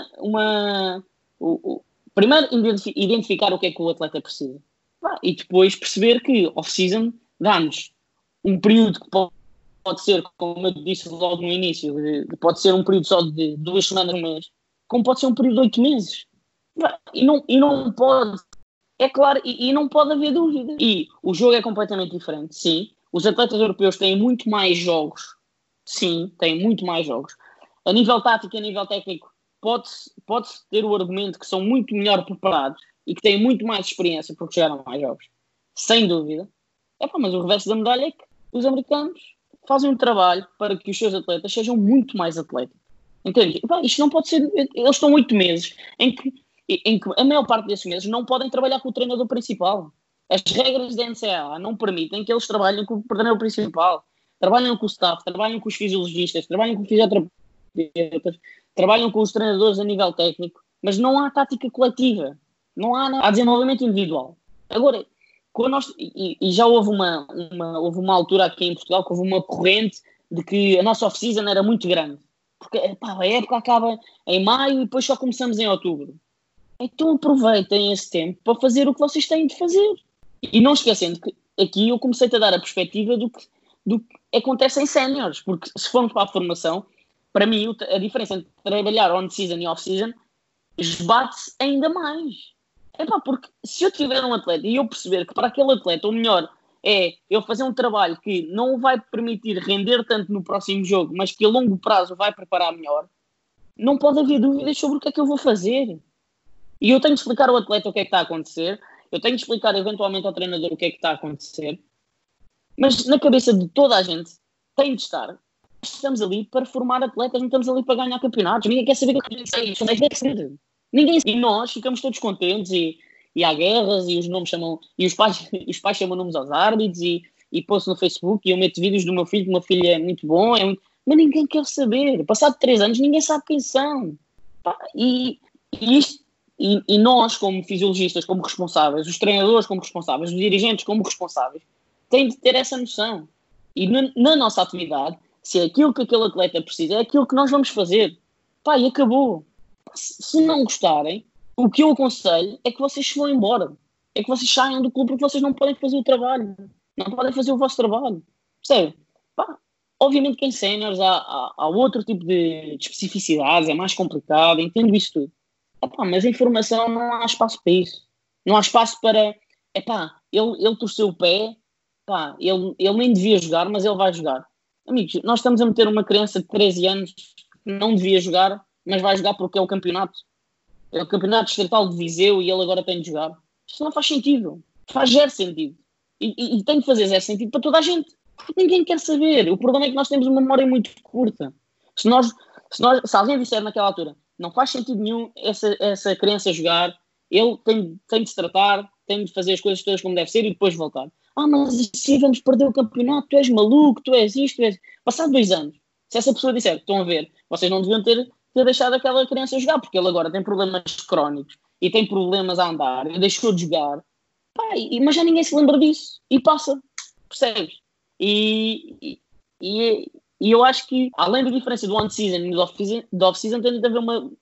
primeiro, identificar o que é que o atleta precisa. E depois perceber que off-season dá-nos um período que pode ser, como eu disse logo no início, pode ser um período só de 2 semanas, um mês, como pode ser um período de 8 meses. E não pode, é claro, e não pode haver dúvida. E o jogo é completamente diferente, sim. Os atletas europeus têm muito mais jogos, sim, têm muito mais jogos. A nível tático e a nível técnico, pode-se ter o argumento que são muito melhor preparados e que têm muito mais experiência porque jogaram mais jogos, sem dúvida. Mas o reverso da medalha é que os americanos fazem um trabalho para que os seus atletas sejam muito mais atléticos. Entende? Isto não pode ser... Eles estão 8 meses em que a maior parte desses meses não podem trabalhar com o treinador principal. As regras da NCAA não permitem que eles trabalhem com o treinador principal. Trabalham com o staff, trabalham com os fisiologistas, trabalham com os fisioterapeutas, trabalham com os treinadores a nível técnico, mas não há tática coletiva. Não há desenvolvimento individual. Agora, já houve uma altura aqui em Portugal que houve uma corrente de que a nossa off-season era muito grande. Porque a época acaba em maio e depois só começamos em outubro. Então aproveitem esse tempo para fazer o que vocês têm de fazer. E não esquecendo que aqui eu comecei a dar a perspectiva do que acontece em séniores. Porque se formos para a formação, para mim a diferença entre trabalhar on-season e off-season esbate-se ainda mais. Porque se eu tiver um atleta e eu perceber que para aquele atleta o melhor é eu fazer um trabalho que não o vai permitir render tanto no próximo jogo, mas que a longo prazo vai preparar melhor, não pode haver dúvidas sobre o que é que eu vou fazer. E eu tenho de explicar ao atleta o que é que está a acontecer, eu tenho de explicar eventualmente ao treinador o que é que está a acontecer, mas na cabeça de toda a gente tem de estar. Estamos ali para formar atletas, não estamos ali para ganhar campeonatos. Ninguém quer saber o que é isso. Ninguém. E nós ficamos todos contentes e há guerras e os nomes chamam, e os pais chamam nomes aos árbitros e posto no Facebook e eu meto vídeos do meu filho, que o meu filho é muito bom, mas ninguém quer saber. Passado 3 anos ninguém sabe quem são. Pá, e nós, como fisiologistas, como responsáveis, os treinadores como responsáveis, os dirigentes como responsáveis, têm de ter essa noção. E na nossa atividade, se é aquilo que aquele atleta precisa, é aquilo que nós vamos fazer. Pá, e acabou. Se não gostarem, o que eu aconselho é que vocês se vão embora. É que vocês saiam do clube porque vocês não podem fazer o trabalho. Não podem fazer o vosso trabalho. Percebe? Pá, obviamente que em séniores há outro tipo de especificidades, é mais complicado, entendo isso tudo. Epá, mas em formação não há espaço para isso. Não há espaço para... Epá, ele torceu o pé, pá, ele nem devia jogar, mas ele vai jogar. Amigos, nós estamos a meter uma criança de 13 anos que não devia jogar, mas vai jogar porque é o campeonato. É o campeonato distrital de Viseu e ele agora tem de jogar. Isto não faz sentido. Faz zero sentido. E tem de fazer zero sentido para toda a gente. Porque ninguém quer saber. O problema é que nós temos uma memória muito curta. Se alguém disser naquela altura, não faz sentido nenhum essa criança jogar, ele tem de se tratar, tem de fazer as coisas todas como deve ser e depois voltar. Mas assim vamos perder o campeonato, tu és maluco, tu és isto, tu és... Passado 2 anos, se essa pessoa disser, estão a ver, vocês não deviam ter deixado aquela criança jogar, porque ele agora tem problemas crónicos e tem problemas a andar, e deixou de jogar, mas já ninguém se lembra disso, e passa, percebes? E eu acho que, além da diferença do on-season e do off-season, tem de haver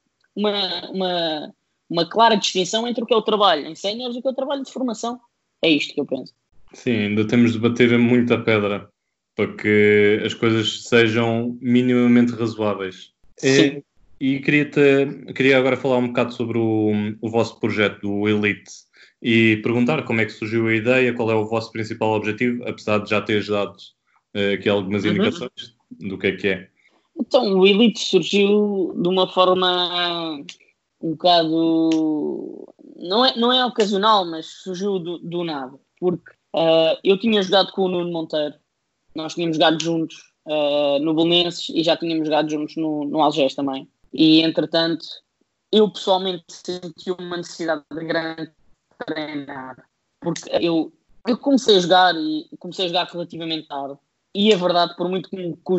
uma clara distinção entre o que é o trabalho em séniores e o que é o trabalho de formação. É isto que eu penso. Sim, ainda temos de bater muita pedra para que as coisas sejam minimamente razoáveis. Sim. E queria agora falar um bocado sobre o vosso projeto do Elite e perguntar como é que surgiu a ideia, qual é o vosso principal objetivo, apesar de já teres dado aqui algumas indicações do que é. Então, o Elite surgiu de uma forma um bocado... Não é ocasional, mas surgiu do nada. Porque eu tinha jogado com o Nuno Monteiro. Nós tínhamos jogado juntos no Belenenses e já tínhamos jogado juntos no Algés também. E, entretanto, eu pessoalmente senti uma necessidade grande de treinar. Porque eu comecei a jogar relativamente tarde. E a verdade, por muito que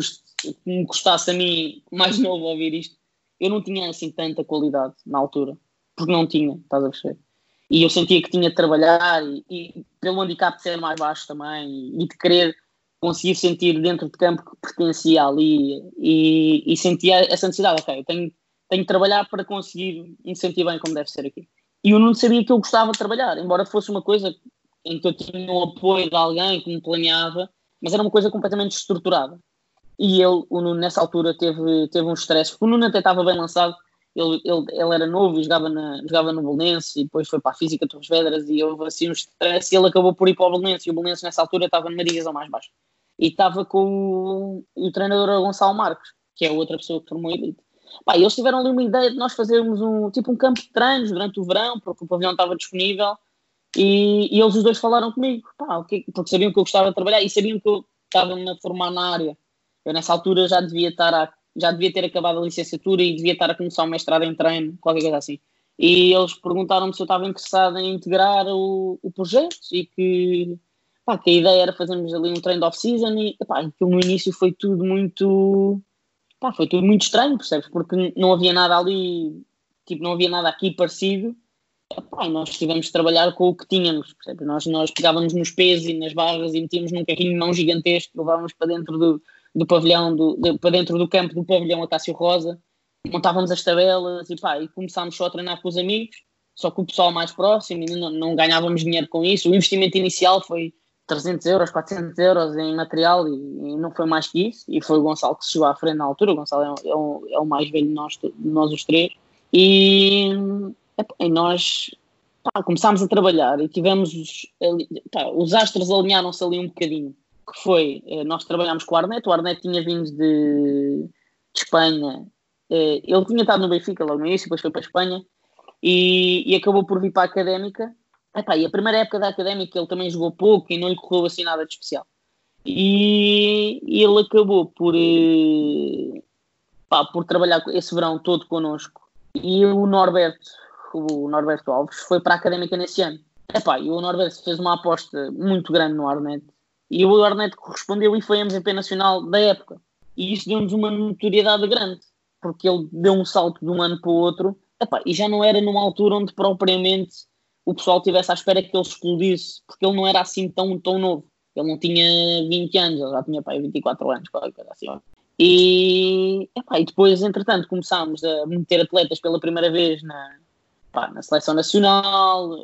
me custasse a mim, mais novo, ouvir isto, eu não tinha assim tanta qualidade na altura. Porque não tinha, estás a perceber? E eu sentia que tinha de trabalhar e pelo handicap de ser mais baixo também e de querer conseguir sentir dentro de campo que pertencia ali e sentia essa necessidade, ok, eu tenho de trabalhar para conseguir me sentir bem como deve ser aqui. E eu não sabia que eu gostava de trabalhar, embora fosse uma coisa em que eu tinha o apoio de alguém que me planeava, mas era uma coisa completamente estruturada. E o Nuno nessa altura teve um stress, porque o Nuno até estava bem lançado. Ele era novo e jogava no Belenenses e depois foi para a Física Torres Vedras e houve assim um stress e ele acabou por ir para o Belenenses e o Belenenses nessa altura estava numa divisão mais baixa e estava com o treinador Gonçalo Marques, que é outra pessoa que formou a Elite. Eles tiveram ali uma ideia de nós fazermos um campo de treinos durante o verão, porque o pavilhão estava disponível e eles os dois falaram comigo, porque sabiam que eu gostava de trabalhar e sabiam que eu estava-me a formar na área. Eu nessa altura já devia ter acabado a licenciatura e devia estar a começar o mestrado em treino, qualquer coisa assim. E eles perguntaram-me se eu estava interessado em integrar o projeto e que a ideia era fazermos ali um treino de off-season e aquilo no início foi tudo muito estranho, percebes? Porque não havia nada ali, não havia nada aqui parecido. E nós tivemos de trabalhar com o que tínhamos, percebes? Nós pegávamos nos pesos e nas barras e metíamos num carrinho de mão gigantesco, levávamos para dentro do pavilhão, para dentro do campo do pavilhão Acácio Rosa, montávamos as tabelas e começámos só a treinar com os amigos, só com o pessoal mais próximo e não ganhávamos dinheiro com isso. O investimento inicial foi 300 euros, 400 euros em material e não foi mais que isso, e foi o Gonçalo que chegou à frente na altura. O Gonçalo é o mais velho de nós os três e nós começámos a trabalhar e tivemos os astros alinharam-se ali um bocadinho, que foi, nós trabalhámos com o Arnet tinha vindo de Espanha, ele tinha estado no Benfica logo no início, depois foi para a Espanha e acabou por vir para a Académica Epá, e a primeira época da Académica ele também jogou pouco e não lhe correu assim nada de especial. E ele acabou por trabalhar esse verão todo connosco. E o Norberto Alves foi para a Académica nesse ano. Epá, e o Norberto fez uma aposta muito grande no Arnett. E o Arnett correspondeu e foi MVP nacional da época. E isso deu-nos uma notoriedade grande, porque ele deu um salto de um ano para o outro. Epá, e já não era numa altura onde propriamente o pessoal estivesse à espera que ele explodisse, porque ele não era assim tão novo. Ele não tinha 20 anos, ele já tinha 24 anos, qualquer coisa assim. E depois, entretanto, começámos a meter atletas pela primeira vez na seleção nacional,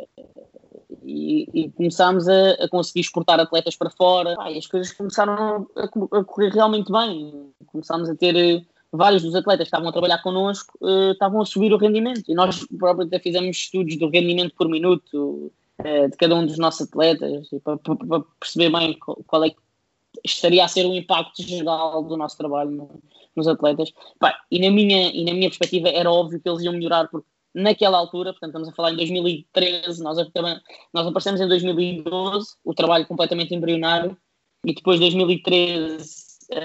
e começámos a conseguir exportar atletas para fora, e as coisas começaram a correr realmente bem. Começámos a ter vários dos atletas que estavam a trabalhar connosco, estavam a subir o rendimento, e nós próprios até fizemos estudos do rendimento por minuto de cada um dos nossos atletas, para perceber bem qual é que estaria a ser o impacto geral do nosso trabalho nos atletas. E na minha perspectiva era óbvio que eles iam melhorar, porque naquela altura, portanto estamos a falar em 2013, nós aparecemos em 2012, o trabalho completamente embrionário, e depois de 2013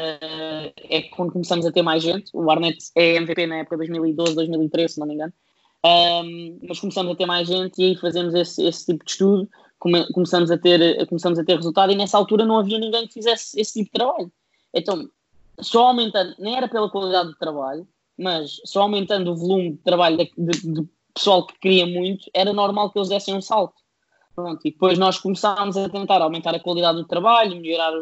é quando começamos a ter mais gente. O Arnett é MVP na época de 2012, 2013, se não me engano. Mas começamos a ter mais gente e aí fazemos esse tipo de estudo, começamos a ter resultado, e nessa altura não havia ninguém que fizesse esse tipo de trabalho. Então, só aumentando, nem era pela qualidade do trabalho, mas só aumentando o volume de trabalho de pessoal que queria muito, era normal que eles dessem um salto. Pronto, e depois nós começámos a tentar aumentar a qualidade do trabalho, melhorar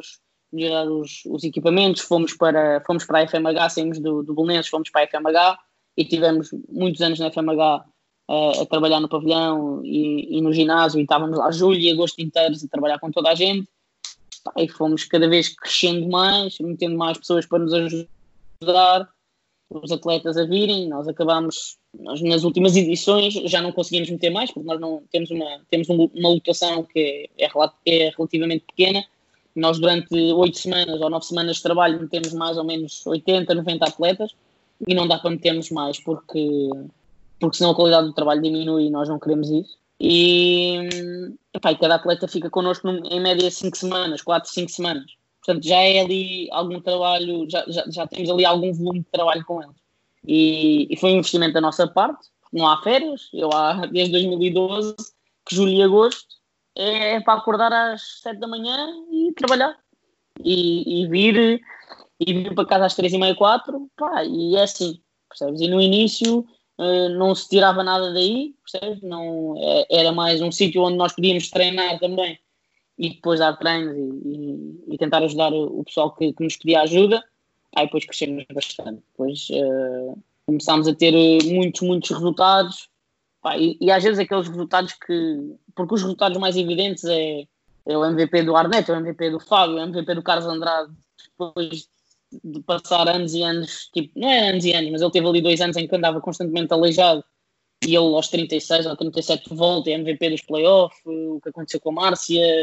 os equipamentos, fomos para a FMH, saímos do Belenenses, fomos para a FMH, e tivemos muitos anos na FMH a trabalhar no pavilhão e no ginásio, e estávamos lá julho e agosto inteiros a trabalhar com toda a gente, e fomos cada vez crescendo mais, metendo mais pessoas para nos ajudar, os atletas a virem. Nós nas últimas edições já não conseguimos meter mais, porque nós não temos uma lotação que é relativamente pequena. Nós durante 8 semanas ou 9 semanas de trabalho metemos mais ou menos 80, 90 atletas, e não dá para metermos mais porque senão a qualidade do trabalho diminui e nós não queremos isso. E cada atleta fica connosco em média 5 semanas, 4, 5 semanas. Portanto, já é ali algum trabalho, já temos ali algum volume de trabalho com eles. E foi um investimento da nossa parte, não há férias. Desde 2012, que julho e agosto é para acordar às 7 da manhã e trabalhar. E vir para casa às 3h30, 4, e é assim, percebes? E no início não se tirava nada daí, percebes? Não, era mais um sítio onde nós podíamos treinar também, e depois dar treinos e tentar ajudar o pessoal que nos pedia ajuda. Depois crescemos bastante. Depois começámos a ter muitos resultados, e às vezes aqueles resultados porque os resultados mais evidentes é o MVP do Arnett, é o MVP do Fábio, é o MVP do Carlos Andrade, depois de passar anos e anos, não é anos e anos, mas ele teve ali 2 anos em que andava constantemente aleijado, e ele aos 36 ou 37 volta, é MVP dos playoffs. O que aconteceu com a Márcia,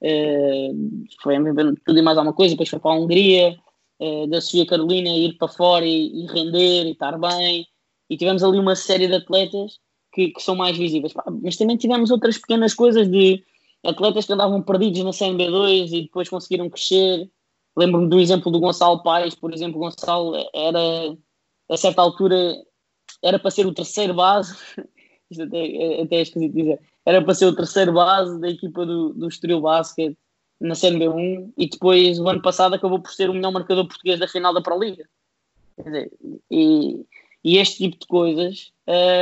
foi MVP de tudo e mais alguma coisa. Depois foi para a Hungria, da Sofia Carolina, ir para fora e render e estar bem, e tivemos ali uma série de atletas que são mais visíveis. Mas também tivemos outras pequenas coisas de atletas que andavam perdidos na CNB2 e depois conseguiram crescer. Lembro-me do exemplo do Gonçalo Paes, por exemplo. O Gonçalo a certa altura, era para ser o terceiro base, isto até é esquisito dizer, era para ser o terceiro base da equipa do Estoril Basket na CNB1, e depois, o ano passado, acabou por ser o melhor marcador português da final da Pro Liga. Quer dizer, e este tipo de coisas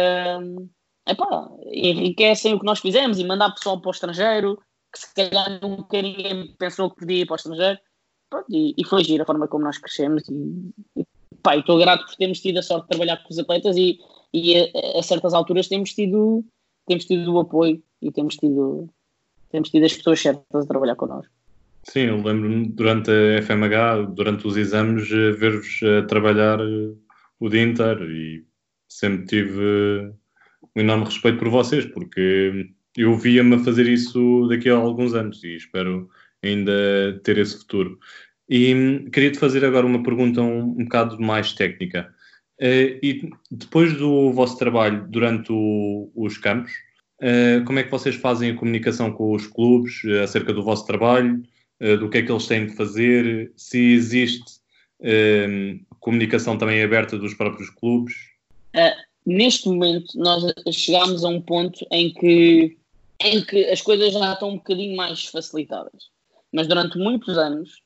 enriquecem o que nós fizemos, e mandar pessoal para o estrangeiro, que se calhar nunca ninguém pensou que podia ir para o estrangeiro. Pronto, e foi giro a forma como nós crescemos, e estou grato por termos tido a sorte de trabalhar com os atletas, e a certas alturas temos tido o apoio, e temos tido as pessoas certas a trabalhar connosco. Sim, eu lembro-me durante a FMH, durante os exames, ver-vos a trabalhar o dia inteiro, e sempre tive um enorme respeito por vocês, porque eu via-me a fazer isso daqui a alguns anos, e espero ainda ter esse futuro. E queria-te fazer agora uma pergunta um bocado mais técnica. E depois do vosso trabalho durante os campos, Como é que vocês fazem a comunicação com os clubes acerca do vosso trabalho, do que é que eles têm de fazer, se existe comunicação também aberta dos próprios clubes? Neste momento, nós chegámos a um ponto em que as coisas já estão um bocadinho mais facilitadas. Mas durante muitos anos,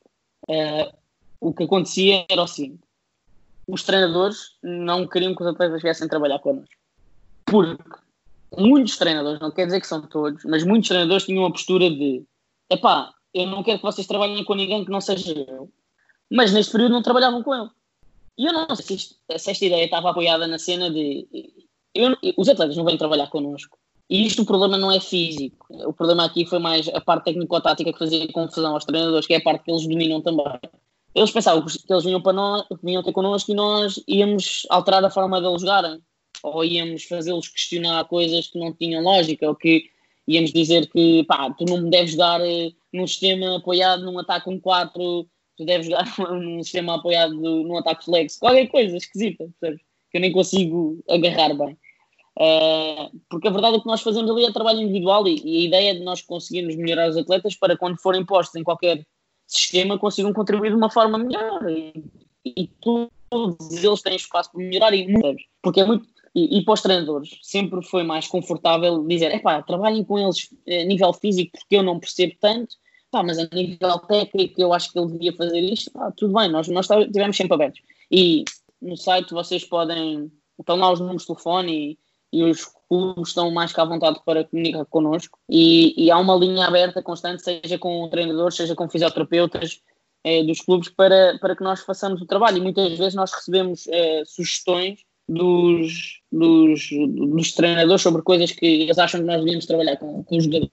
o que acontecia era o seguinte: os treinadores não queriam que os atletas viessem trabalhar connosco. Porque muitos treinadores, não quer dizer que são todos, mas muitos treinadores tinham uma postura de eu não quero que vocês trabalhem com ninguém que não seja eu. Mas neste período não trabalhavam com ele. E eu não sei se esta ideia estava apoiada na cena de os atletas não vêm trabalhar connosco. E isto, o problema não é físico. O problema aqui foi mais a parte técnico-tática que fazia confusão aos treinadores, que é a parte que eles dominam também. Eles pensavam que eles vinham para nós, vinham ter connosco e nós íamos alterar a forma deles jogarem. Ou íamos fazê-los questionar coisas que não tinham lógica, ou que íamos dizer que tu não deves jogar num sistema apoiado num ataque 1-4, tu deves jogar num sistema apoiado num ataque flex, qualquer coisa esquisita, percebes? Que eu nem consigo agarrar bem. Porque a verdade é que nós fazemos ali é trabalho individual e a ideia é de nós conseguirmos melhorar os atletas para quando forem postos em qualquer sistema consigam contribuir de uma forma melhor e todos eles têm espaço para melhorar e muito, porque é muito. E para os treinadores sempre foi mais confortável dizer, trabalhem com eles a nível físico porque eu não percebo tanto, mas a nível técnico eu acho que ele devia fazer isto, tudo bem, nós estivemos sempre abertos. E no site vocês estão lá os números de telefone e os clubes estão mais que à vontade para comunicar connosco e há uma linha aberta constante, seja com treinadores, seja com fisioterapeutas dos clubes para que nós façamos o trabalho, e muitas vezes nós recebemos sugestões dos treinadores sobre coisas que eles acham que nós devíamos trabalhar com os jogadores.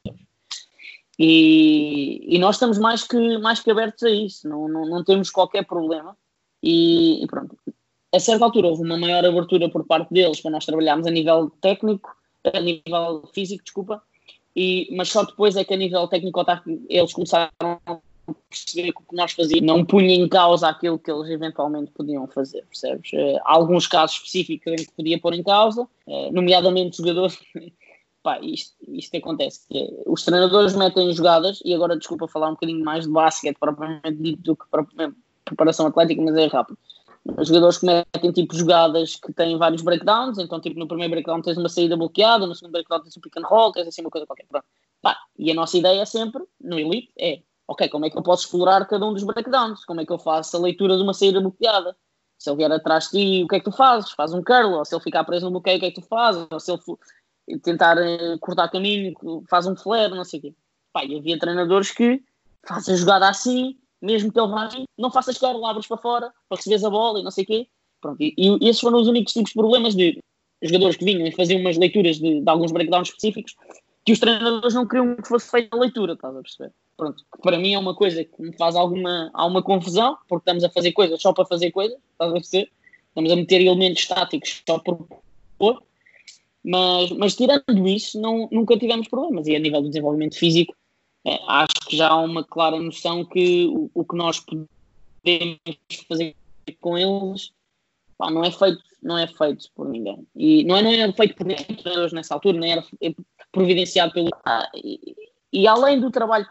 E nós estamos mais que abertos a isso, não temos qualquer problema. E pronto, a certa altura houve uma maior abertura por parte deles para nós trabalharmos a nível técnico, a nível físico, mas só depois é que a nível técnico eles começaram a perceber que o que nós fazíamos não punha em causa aquilo que eles eventualmente podiam fazer, percebes? Há alguns casos específicos em que podia pôr em causa, nomeadamente jogadores. Isto acontece. Os treinadores metem jogadas, e agora desculpa falar um bocadinho mais de basquete propriamente dito do que propriamente preparação atlética, mas é rápido. Os jogadores que metem tipo jogadas que têm vários breakdowns, então tipo no primeiro breakdown tens uma saída bloqueada, no segundo breakdown tens um pick and roll, tens assim uma coisa qualquer. Pronto. E a nossa ideia sempre, no Elite, como é que eu posso explorar cada um dos breakdowns? Como é que eu faço a leitura de uma saída bloqueada? Se ele vier atrás de ti, o que é que tu fazes? Faz um curl, ou se ele ficar preso no bloqueio, o que é que tu fazes? Ou se ele tentar cortar caminho, faz um flare, não sei o quê. E havia treinadores que fazem a jogada assim, mesmo que ele vá assim, não faças curl, abres para fora, para receberes a bola e não sei o quê. Pronto, e esses foram os únicos tipos de problemas de jogadores que vinham e faziam umas leituras de alguns breakdowns específicos que os treinadores não queriam que fosse feita a leitura, estás a perceber? Pronto, que para mim é uma coisa que me faz alguma confusão, porque estamos a fazer coisas só para fazer coisas, estás a perceber? Estamos a meter elementos estáticos só por pôr, mas tirando isso, nunca tivemos problemas. E a nível do desenvolvimento físico, acho que já há uma clara noção que o que nós podemos fazer com eles não é feito por ninguém. E não é feito por ninguém, treinadores nessa altura, nem era providenciado pelo... E além do trabalho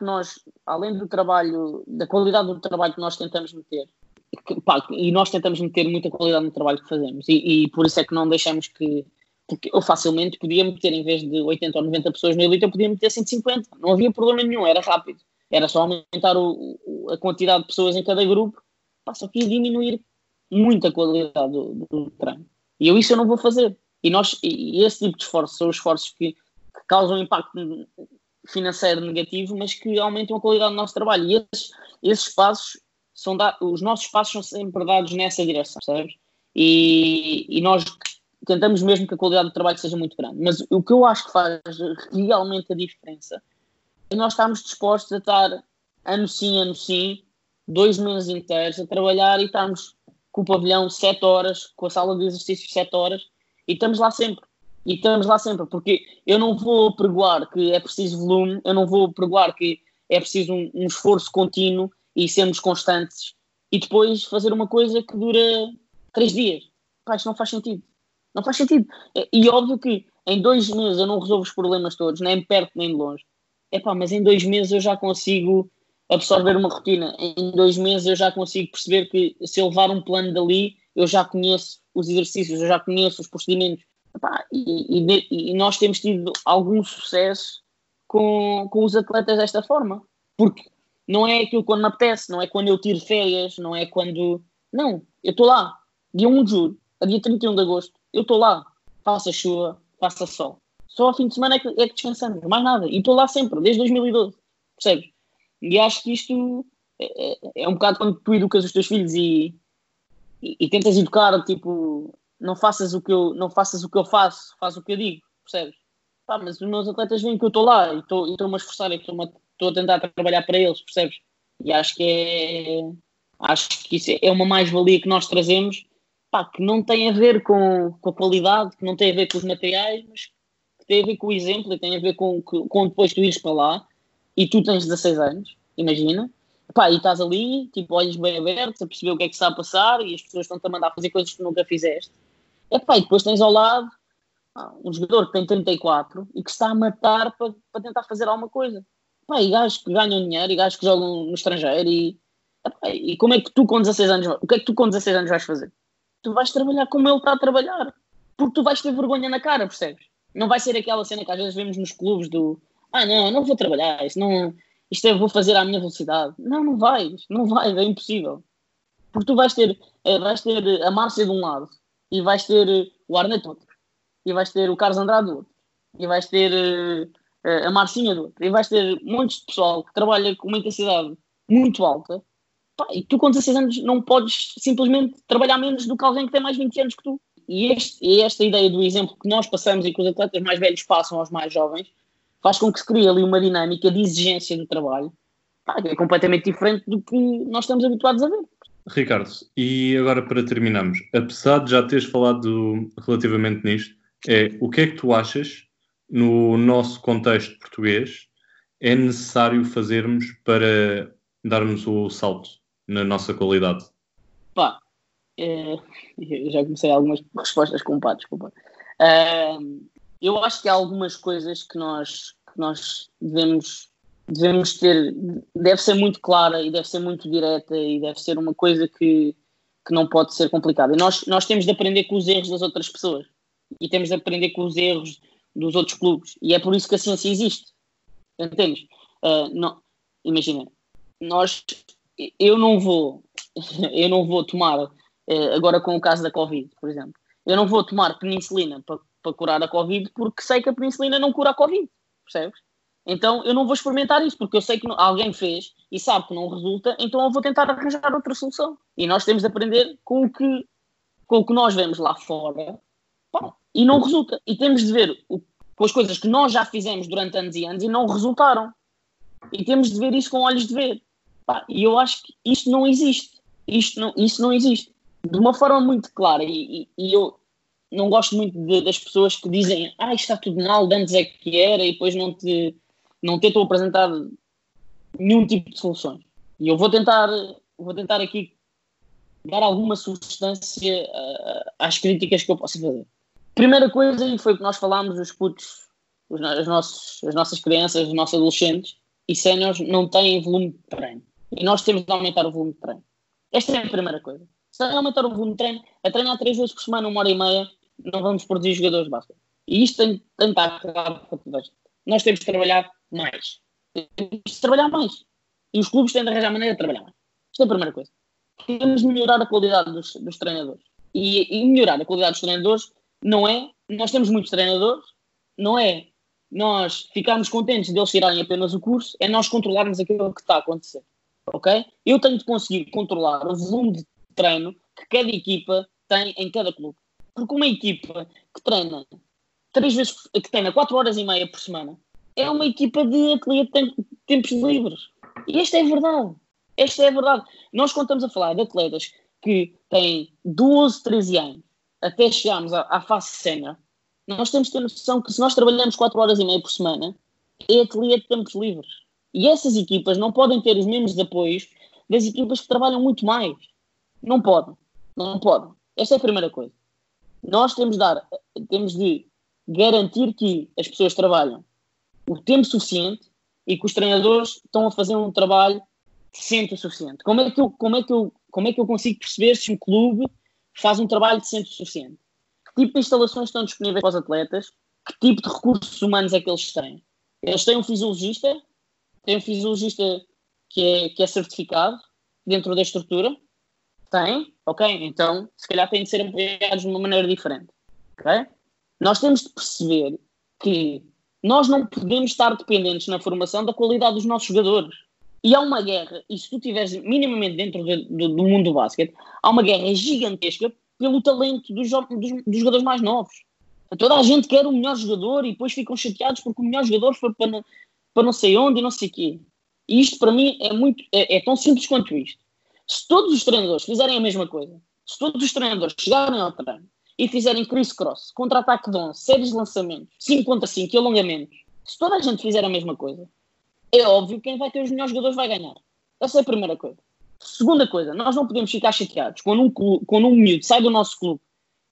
da qualidade do trabalho que nós tentamos meter, e nós tentamos meter muita qualidade no trabalho que fazemos, e por isso é que não deixamos que... Porque eu facilmente podia meter, em vez de 80 ou 90 pessoas no Elite, eu podia meter 150. Não havia problema nenhum, era rápido. Era só aumentar a quantidade de pessoas em cada grupo, só que ia diminuir muito a qualidade do treino. E isso eu não vou fazer. E esse tipo de esforços são os esforços que causam impacto financeiro negativo, mas que aumentam a qualidade do nosso trabalho. E esses passos os nossos passos são sempre dados nessa direção, sabes? E nós tentamos mesmo que a qualidade do trabalho seja muito grande. Mas o que eu acho que faz realmente a diferença é nós estarmos dispostos a estar ano sim, 2 meses inteiros a trabalhar e estarmos com o pavilhão 7 horas, com a sala de exercícios 7 horas, e estamos lá sempre. Porque eu não vou pregoar que é preciso volume, eu não vou pregoar que é preciso um esforço contínuo e sermos constantes e depois fazer uma coisa que dura 3 dias. Isto não faz sentido. Não faz sentido. E óbvio que em 2 meses eu não resolvo os problemas todos, nem de perto nem de longe. Mas em 2 meses eu já consigo absorver uma rotina. Em 2 meses eu já consigo perceber que se eu levar um plano dali, eu já conheço os exercícios, eu já conheço os procedimentos. E nós temos tido algum sucesso com os atletas desta forma. Porque não é aquilo quando me apetece, não é quando eu tiro férias, não é quando... Não, eu estou lá. Dia 1 de julho, a dia 31 de agosto, eu estou lá. Faça chuva, faça sol. Só ao fim de semana é que descansamos, mais nada. E estou lá sempre, desde 2012. Percebes? E acho que isto é um bocado quando tu educas os teus filhos e tentas educar, tipo, não faças o que eu faço, faz o que eu digo, percebes? Mas os meus atletas veem que eu estou lá e estou-me a esforçar e estou a tentar trabalhar para eles, percebes? E acho que isso é uma mais-valia que nós trazemos, que não tem a ver com a qualidade, que não tem a ver com os materiais, mas que tem a ver com o exemplo e tem a ver com depois tu ires para lá e tu tens 16 anos, imagina, e estás ali, tipo, olhos bem abertos, a perceber o que é que está a passar e as pessoas estão-te a mandar fazer coisas que tu nunca fizeste. E depois tens ao lado um jogador que tem 34 e que se está a matar para tentar fazer alguma coisa. E gajos que ganham dinheiro e gajos que jogam no estrangeiro e como é que tu com 16 anos, o que é que tu com 16 anos vais fazer? Tu vais trabalhar como ele está a trabalhar, porque tu vais ter vergonha na cara, percebes? Não vai ser aquela cena que às vezes vemos nos clubes do não vou trabalhar, isto eu vou fazer à minha velocidade. Não vais, é impossível. Porque tu vais ter a Márcia de um lado e vais ter o Arnett do outro e vais ter o Carlos Andrade do outro e vais ter a Marcinha do outro e vais ter montes de pessoal que trabalha com uma intensidade muito alta. E tu com 16 anos não podes simplesmente trabalhar menos do que alguém que tem mais 20 anos que tu. E esta ideia do exemplo que nós passamos e que os atletas mais velhos passam aos mais jovens faz com que se crie ali uma dinâmica de exigência de trabalho que é completamente diferente do que nós estamos habituados a ver. Ricardo, e agora para terminarmos, apesar de já teres falado relativamente nisto, o que é que tu achas, no nosso contexto português, é necessário fazermos para darmos o salto na nossa qualidade? Eu já comecei algumas respostas com desculpa. Eu acho que há algumas coisas que nós devemos ter, deve ser muito clara e deve ser muito direta e deve ser uma coisa que não pode ser complicada. E nós temos de aprender com os erros das outras pessoas e temos de aprender com os erros dos outros clubes e é por isso que a ciência existe. Entendes? Imagina, eu não vou tomar, agora com o caso da Covid, por exemplo, eu não vou tomar penicilina para curar a Covid porque sei que a penicilina não cura a Covid, percebes? Então eu não vou experimentar isso porque eu sei que alguém fez e sabe que não resulta, então eu vou tentar arranjar outra solução. E nós temos de aprender com o que nós vemos lá fora e não resulta. E temos de ver com as coisas que nós já fizemos durante anos e anos e não resultaram. E temos de ver isso com olhos de ver. E eu acho que isto não existe. Isso não existe. De uma forma muito clara. E eu não gosto muito das pessoas que dizem isto está tudo mal, antes é que era e depois não tentam apresentar nenhum tipo de soluções. E eu vou tentar aqui dar alguma substância às críticas que eu posso fazer. Primeira coisa, e foi o que nós falámos, os putos, as nossas crianças, os nossos adolescentes e séniores não têm volume de treino. E nós temos de aumentar o volume de treino. Esta é a primeira coisa. Se aumentar o volume de treino, a treinar 3 vezes por semana, 1h30, não vamos produzir jogadores de basquete. E isto tem de estar claro para toda a gente. Nós temos de trabalhar mais. E os clubes têm de arranjar maneira de trabalhar mais. Isto é a primeira coisa. Temos de melhorar a qualidade dos treinadores. E melhorar a qualidade dos treinadores não é... Nós temos muitos treinadores, não é nós ficarmos contentes de eles tirarem apenas o curso, é nós controlarmos aquilo que está a acontecer. Ok? Eu tenho de conseguir controlar o volume de treino que cada equipa tem em cada clube. Porque uma equipa que treina 4h30 por semana é uma equipa de atleta de tempos livres. E esta é a verdade. Nós, quando estamos a falar de atletas que têm 12, 13 anos até chegarmos à fase sénior, nós temos de ter noção que se nós trabalhamos 4h30 por semana, é atleta de tempos livres. E essas equipas não podem ter os mesmos apoios das equipas que trabalham muito mais. Não podem. Esta é a primeira coisa. Nós temos de garantir que as pessoas trabalham o tempo suficiente e que os treinadores estão a fazer um trabalho decente o suficiente. Como é que eu consigo perceber se um clube faz um trabalho decente o suficiente? Que tipo de instalações estão disponíveis para os atletas? Que tipo de recursos humanos é que eles têm? Eles têm um fisiologista? Têm um fisiologista que é certificado dentro da estrutura? Tem? Ok, então se calhar têm de ser apoiados de uma maneira diferente. Ok? Nós temos de perceber que nós não podemos estar dependentes na formação da qualidade dos nossos jogadores. E há uma guerra, e se tu estiveres minimamente dentro do mundo do basquete, há uma guerra gigantesca pelo talento dos jogadores mais novos. Toda a gente quer o melhor jogador e depois ficam chateados porque o melhor jogador foi para não sei onde e não sei o quê. E isto para mim é tão simples quanto isto. Se todos os treinadores fizerem a mesma coisa, se todos os treinadores chegarem ao treino e fizerem criss-cross, contra-ataque de 11, séries de lançamentos, 5 contra 5 e alongamentos, se toda a gente fizer a mesma coisa, é óbvio que quem vai ter os melhores jogadores vai ganhar. Essa é a primeira coisa. Segunda coisa, nós não podemos ficar chateados quando um miúdo sai do nosso clube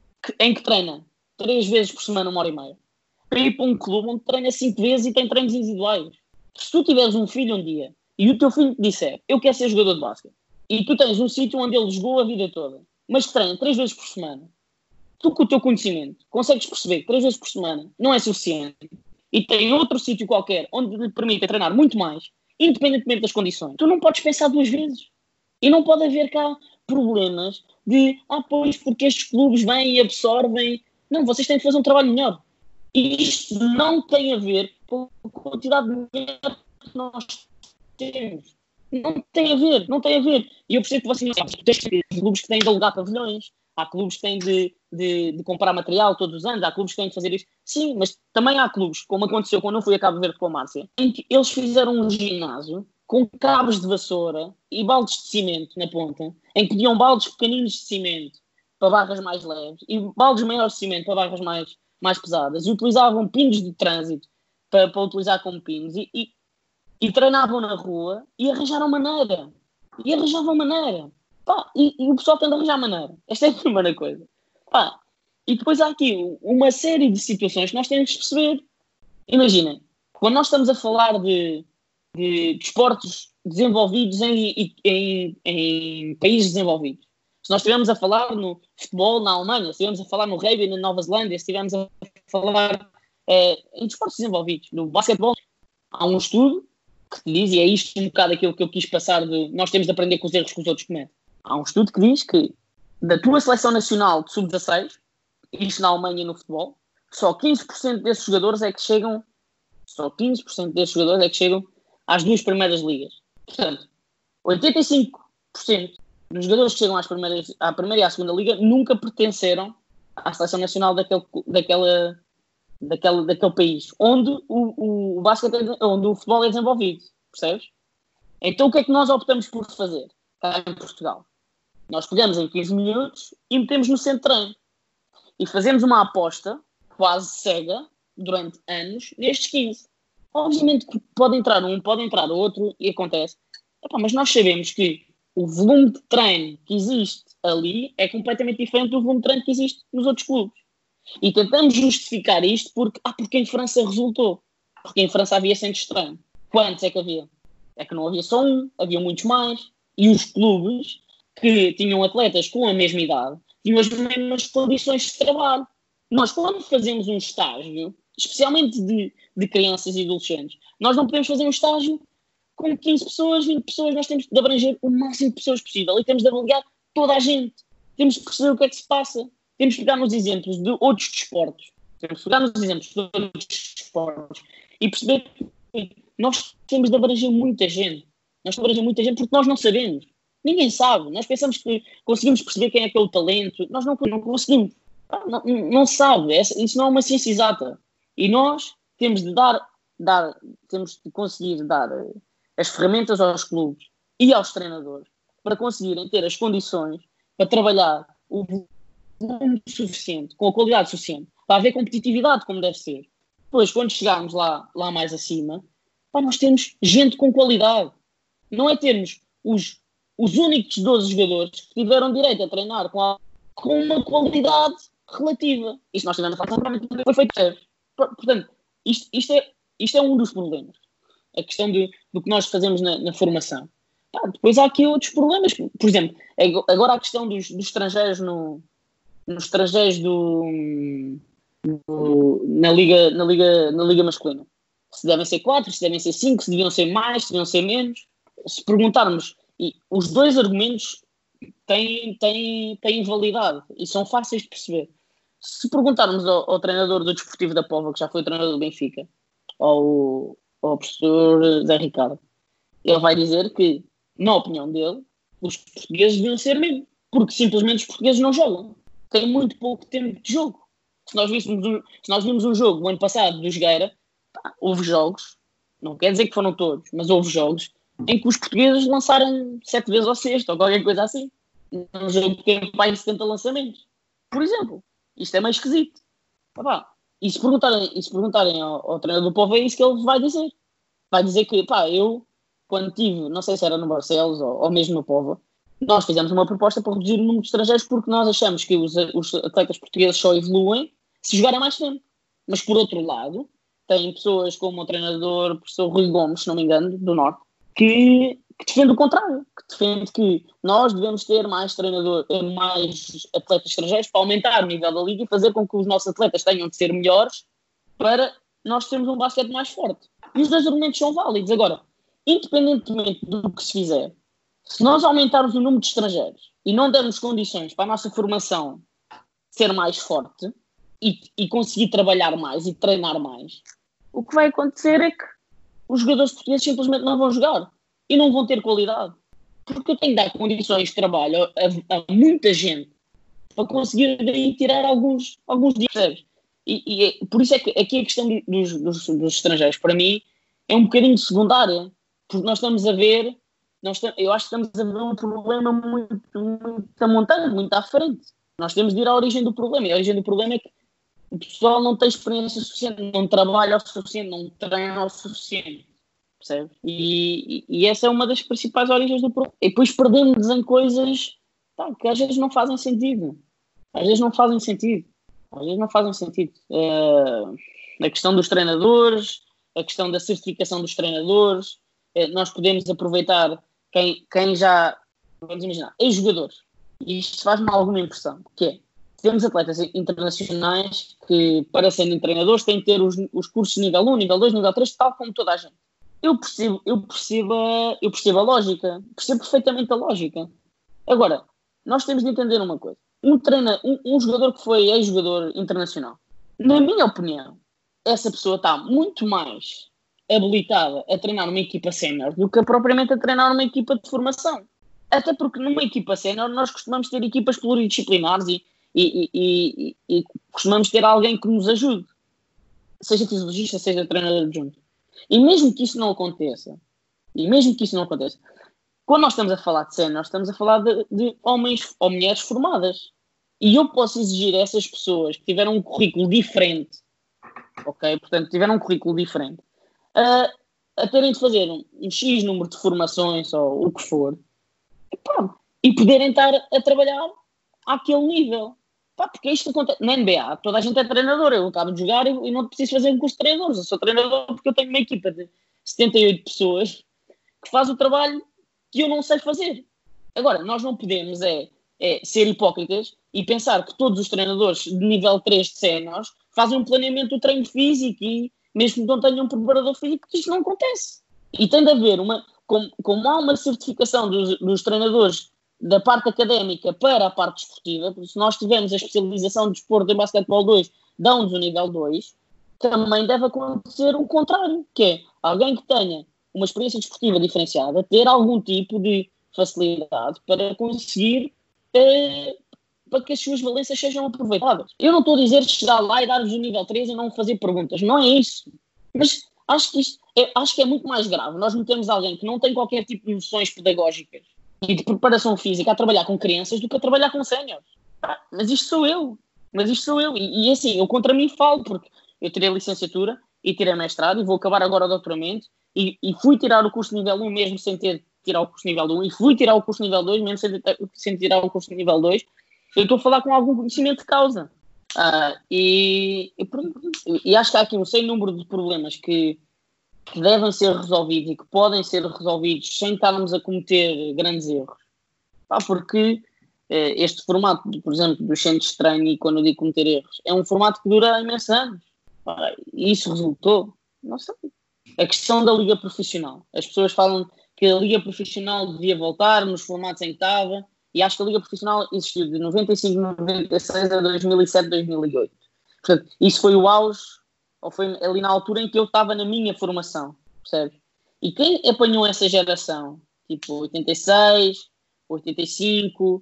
em que treina 3 vezes por semana, 1h30, para ir para um clube onde treina 5 vezes e tem treinos individuais. Se tu tiveres um filho um dia e o teu filho te disser eu quero ser jogador de basquete, e tu tens um sítio onde ele jogou a vida toda, mas que treina 3 vezes por semana, tu com o teu conhecimento consegues perceber que 3 vezes por semana não é suficiente e tem outro sítio qualquer onde lhe permite treinar muito mais, independentemente das condições, tu não podes pensar 2 vezes. E não pode haver cá problemas de pois porque estes clubes vêm e absorvem. Não, vocês têm de fazer um trabalho melhor. E isto não tem a ver com a quantidade de dinheiro que nós temos. Não tem a ver. E eu percebo que vocês têm clubes que têm de alugar pavilhões, há clubes que têm de comprar material todos os anos, há clubes que têm de fazer isto. Sim, mas também há clubes, como aconteceu quando eu fui a Cabo Verde com a Márcia, em que eles fizeram um ginásio com cabos de vassoura e baldes de cimento na ponta, em que tinham baldes pequeninos de cimento para barras mais leves e baldes maiores de cimento para barras mais pesadas, e utilizavam pinos de trânsito para utilizar como pinos, e treinavam na rua e arranjaram maneira. E arranjavam maneira. E o pessoal tem de arranjar maneira. Esta é a primeira coisa. E depois há aqui uma série de situações que nós temos de perceber. Imaginem, quando nós estamos a falar de desportos desenvolvidos em países desenvolvidos. Se nós estivermos a falar no futebol na Alemanha, se estivermos a falar no rugby na Nova Zelândia, se estivermos a falar em desportos desenvolvidos, no basquetebol, há um estudo que te diz, e é isto um bocado aquilo que eu quis passar nós temos de aprender com os erros que os outros cometem. Há um estudo que diz que da tua seleção nacional de sub-16, isto na Alemanha e no futebol, só 15% desses jogadores é que chegam às 2 primeiras ligas. Portanto, 85% dos jogadores que chegam à primeira e à segunda liga nunca pertenceram à seleção nacional daquele país onde o basquete, onde o futebol é desenvolvido, percebes? Então o que é que nós optamos por fazer cá em Portugal? Nós pegamos em 15 minutos e metemos no centro de treino e fazemos uma aposta quase cega durante anos nestes 15. Obviamente que pode entrar um, pode entrar outro e acontece. Mas nós sabemos que o volume de treino que existe ali é completamente diferente do volume de treino que existe nos outros clubes. E tentamos justificar isto porque em França resultou. Porque em França havia centros de treino. Quantos é que havia? É que não havia só um, havia muitos mais. E os clubes que tinham atletas com a mesma idade tinham as mesmas condições de trabalho. Nós, quando fazemos um estágio, especialmente de crianças e adolescentes, nós não podemos fazer um estágio com 15 pessoas, 20 pessoas, nós temos de abranger o máximo de pessoas possível e temos de avaliar toda a gente. Temos de perceber o que é que se passa. Temos de pegar nos exemplos de outros desportos. E perceber que nós temos de abranger muita gente. Porque nós não sabemos. Ninguém sabe. Nós pensamos que conseguimos perceber quem é que é o talento. Nós não conseguimos. Não se sabe. Isso não é uma ciência exata. E nós temos de temos de conseguir dar as ferramentas aos clubes e aos treinadores para conseguirem ter as condições para trabalhar o volume suficiente, com a qualidade suficiente, para haver competitividade como deve ser. Depois, quando chegarmos lá mais acima, nós temos gente com qualidade. Não é termos os únicos 12 jogadores que tiveram direito a treinar com uma qualidade relativa. Isso nós tivemos a falar, foi feito. Portanto, isto é um dos problemas. A questão do que nós fazemos na formação. Depois há aqui outros problemas. Por exemplo, agora a questão dos estrangeiros nos estrangeiros na liga masculina. Se devem ser 4, se devem ser 5, se deviam ser mais, se deviam ser menos. Se perguntarmos, e os dois argumentos têm validade e são fáceis de perceber. Se perguntarmos ao treinador do Desportivo da Póvoa, que já foi treinador do Benfica, ao professor Zé Ricardo, ele vai dizer que, na opinião dele, os portugueses deviam ser menos, porque simplesmente os portugueses não jogam. Têm muito pouco tempo de jogo. Se nós vimos um jogo o ano passado do Jogueira, houve jogos, não quer dizer que foram todos, mas houve jogos em que os portugueses lançaram 7 vezes ao sexto, ou qualquer coisa assim. Um jogo que tem mais de 70 lançamentos. Por exemplo, isto é meio esquisito. E se perguntarem ao treinador do Povo, é isso que ele vai dizer. Vai dizer que, eu, quando tive, não sei se era no Barcelos ou mesmo no Povo, nós fizemos uma proposta para reduzir o número de estrangeiros porque nós achamos que os atletas portugueses só evoluem se jogarem mais tempo. Mas, por outro lado, tem pessoas como o treinador, o professor Rui Gomes, se não me engano, do Norte, que defende o contrário, que defende que nós devemos ter mais atletas estrangeiros para aumentar o nível da liga e fazer com que os nossos atletas tenham de ser melhores para nós termos um basquete mais forte. E os dois argumentos são válidos. Agora, independentemente do que se fizer, se nós aumentarmos o número de estrangeiros e não dermos condições para a nossa formação ser mais forte e conseguir trabalhar mais e treinar mais, o que vai acontecer é que os jogadores portugueses simplesmente não vão jogar e não vão ter qualidade. Porque eu tenho de dar condições de trabalho a muita gente para conseguir daí tirar alguns dias. E por isso é que aqui a questão dos estrangeiros, para mim, é um bocadinho secundária. Porque nós estamos a ver, eu acho que estamos a ver um problema muito amontado, muito à frente. Nós temos de ir à origem do problema. E a origem do problema é que o pessoal não tem experiência suficiente, não trabalha o suficiente, não treina o suficiente. Percebe? E essa é uma das principais origens do problema. E depois perdemos em coisas que às vezes não fazem sentido. A questão dos treinadores, a questão da certificação dos treinadores, nós podemos aproveitar quem já, vamos imaginar, ex-jogadores. E isto faz-me alguma impressão, que é, temos atletas internacionais que, para serem treinadores, têm de ter os cursos de nível 1, nível 2, nível 3, tal como toda a gente. Eu percebo a lógica, percebo perfeitamente a lógica. Agora, nós temos de entender uma coisa. Um jogador que foi ex-jogador internacional, na minha opinião, essa pessoa está muito mais habilitada a treinar numa equipa sénior do que propriamente a treinar numa equipa de formação. Até porque numa equipa sénior nós costumamos ter equipas pluridisciplinares e costumamos ter alguém que nos ajude, seja fisiologista, seja treinador adjunto. E mesmo que isso não aconteça, quando nós estamos a falar de sénior, nós estamos a falar de homens ou mulheres formadas. E eu posso exigir a essas pessoas que tiveram um currículo diferente, ok? Portanto, tiveram um currículo diferente, a terem de fazer um X número de formações ou o que for, e poderem estar a trabalhar àquele nível. Porque isto acontece na NBA, toda a gente é treinador. Eu acabo de jogar e não preciso fazer um curso de treinadores. Eu sou treinador porque eu tenho uma equipa de 78 pessoas que faz o trabalho que eu não sei fazer. Agora, nós não podemos ser hipócritas e pensar que todos os treinadores de nível 3 de séniores fazem um planeamento do treino físico e mesmo que não tenham um preparador físico, isto não acontece. E tem de haver como há uma certificação dos treinadores da parte académica para a parte desportiva, porque se nós tivermos a especialização de desporto em basquetebol 2, dão-nos o nível 2, também deve acontecer o contrário, que é alguém que tenha uma experiência desportiva diferenciada, ter algum tipo de facilidade para conseguir para que as suas valências sejam aproveitadas. Eu não estou a dizer chegar lá e dar-vos o nível 3 e não fazer perguntas, não é isso. Mas acho que é muito mais grave. Nós metemos alguém que não tem qualquer tipo de noções pedagógicas e de preparação física a trabalhar com crianças do que a trabalhar com séniores. Mas isto sou eu. E assim, eu contra mim falo, porque eu tirei a licenciatura e tirei mestrado e vou acabar agora o doutoramento e fui tirar o curso de nível 1 mesmo sem ter tirar o curso de nível 1 e fui tirar o curso de nível 2 mesmo sem tirar o curso de nível 2. Eu estou a falar com algum conhecimento de causa. E acho que há aqui um sem número de problemas que devem ser resolvidos e que podem ser resolvidos sem estarmos a cometer grandes erros. Porque este formato, por exemplo, dos centros de treino, e quando eu digo cometer erros, é um formato que dura imensos anos. E isso resultou? Não sei. A questão da liga profissional. As pessoas falam que a liga profissional devia voltar nos formatos em que estava, e acho que a liga profissional existiu de 95, 96 a 2007, 2008. Portanto, isso foi o auge, ou foi ali na altura em que eu estava na minha formação, percebes? E quem apanhou essa geração, tipo 86, 85,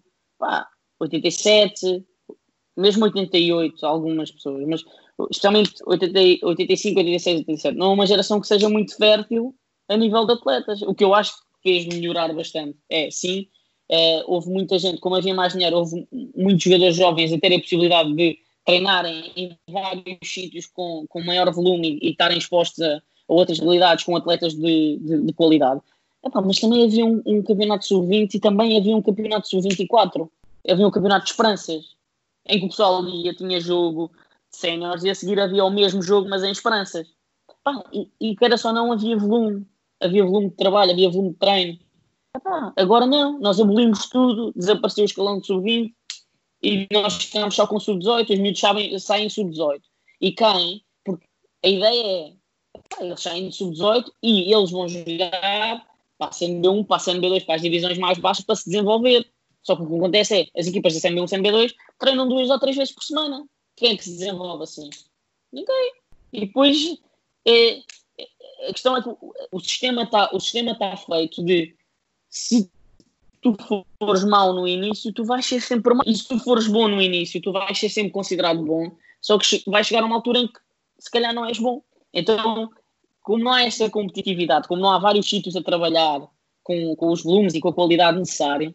87, mesmo 88, algumas pessoas, mas especialmente 80, 85, 86, 87, não é uma geração que seja muito fértil a nível de atletas, o que eu acho que fez melhorar bastante. Sim, houve muita gente, como havia mais dinheiro, houve muitos jogadores jovens a terem a possibilidade de treinarem em vários sítios com maior volume e estarem expostos a outras habilidades com atletas de qualidade. Mas também havia um campeonato sub-20 e também havia um campeonato sub-24. Havia um campeonato de esperanças, em que o pessoal tinha jogo de séniores e a seguir havia o mesmo jogo, mas em esperanças. E que era só não, havia volume de trabalho, havia volume de treino. Agora não, nós abolimos tudo, desapareceu o escalão de sub-20 e nós ficamos só com sub-18, os miúdos saem sub-18 e caem, porque a ideia eles saem de sub-18 e eles vão jogar para a CNB1, para a CNB2, para as divisões mais baixas para se desenvolver. Só que o que acontece é, as equipas da CNB1 e CNB2 treinam 2 ou 3 vezes por semana. Quem é que se desenvolve assim? Ninguém. E depois a questão é que o sistema está feito de, se tu fores mau no início, tu vais ser sempre mau. E se tu fores bom no início, tu vais ser sempre considerado bom. Só que vai chegar a uma altura em que se calhar não és bom. Então, como não há essa competitividade, como não há vários sítios a trabalhar com os volumes e com a qualidade necessária,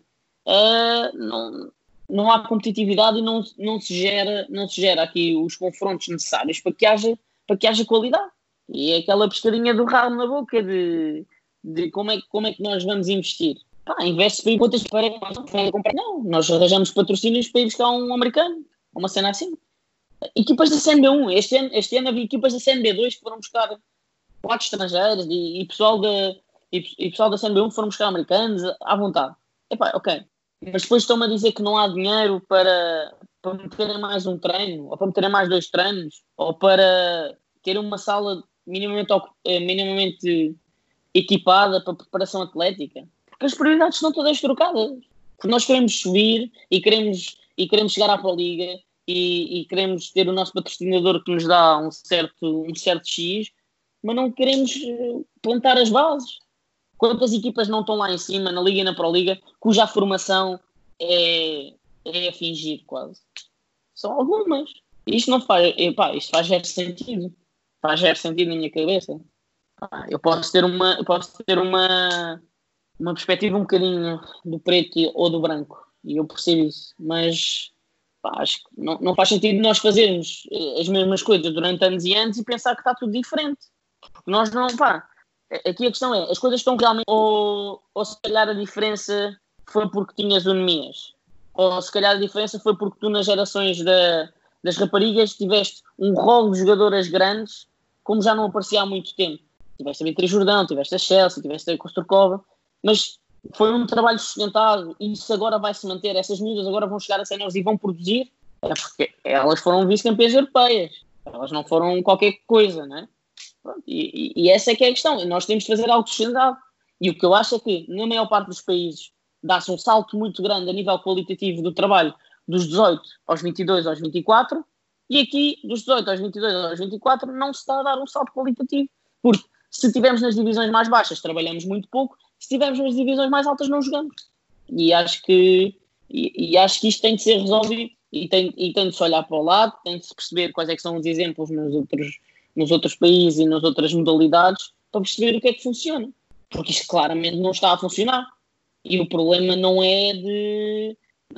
não há competitividade e não se gera aqui os confrontos necessários para que haja qualidade. E é aquela pescadinha do rabo na boca de como é que nós vamos investir. Investe para ir quantas para comprar. Não, nós arranjamos patrocínios para ir buscar um americano, uma cena assim. Equipas da CNB1, este ano havia equipas da CNB2 que foram buscar 4 estrangeiros e pessoal da CNB1 foram buscar americanos à vontade. Ok. Mas depois estão-me a dizer que não há dinheiro para meterem mais um treino, ou para meterem mais 2 treinos, ou para ter uma sala minimamente equipada para preparação atlética. Porque as prioridades estão todas trocadas. Porque nós queremos subir e queremos chegar à Pro Liga e queremos ter o nosso patrocinador que nos dá um certo X, mas não queremos plantar as bases. Quantas equipas não estão lá em cima, na Liga e na Pro Liga, cuja formação é a fingir quase? São algumas. Isto não faz... isto faz zero sentido. Faz zero sentido na minha cabeça. Eu posso ter uma perspectiva um bocadinho do preto ou do branco. E eu percebo isso. Mas acho que não faz sentido nós fazermos as mesmas coisas durante anos e anos e pensar que está tudo diferente. Porque nós não... Aqui a questão é, as coisas estão realmente... Ou se calhar a diferença foi porque tinhas unemias. Ou se calhar a diferença foi porque tu nas gerações das raparigas tiveste um rol de jogadoras grandes como já não aparecia há muito tempo. Tiveste a Beatriz Jordão, tiveste a Chelsea, tiveste a Kosterkova, mas foi um trabalho sustentado e isso agora vai se manter. Essas miúdas agora vão chegar a séniores e vão produzir, porque elas foram vice-campeãs europeias, elas não foram qualquer coisa, não é? Pronto, e essa é que é a questão. Nós temos de fazer algo sustentado. E o que eu acho é que na maior parte dos países dá-se um salto muito grande a nível qualitativo do trabalho dos 18 aos 22 aos 24, e aqui dos 18 aos 22 aos 24 não se está a dar um salto qualitativo, porque se estivermos nas divisões mais baixas trabalhamos muito pouco, se estivermos nas divisões mais altas não jogamos. E acho que isto tem de ser resolvido e tem de se olhar para o lado, tem de se perceber quais é que são os exemplos nos outros países e nas outras modalidades para perceber o que é que funciona, porque isto claramente não está a funcionar. E o problema não é de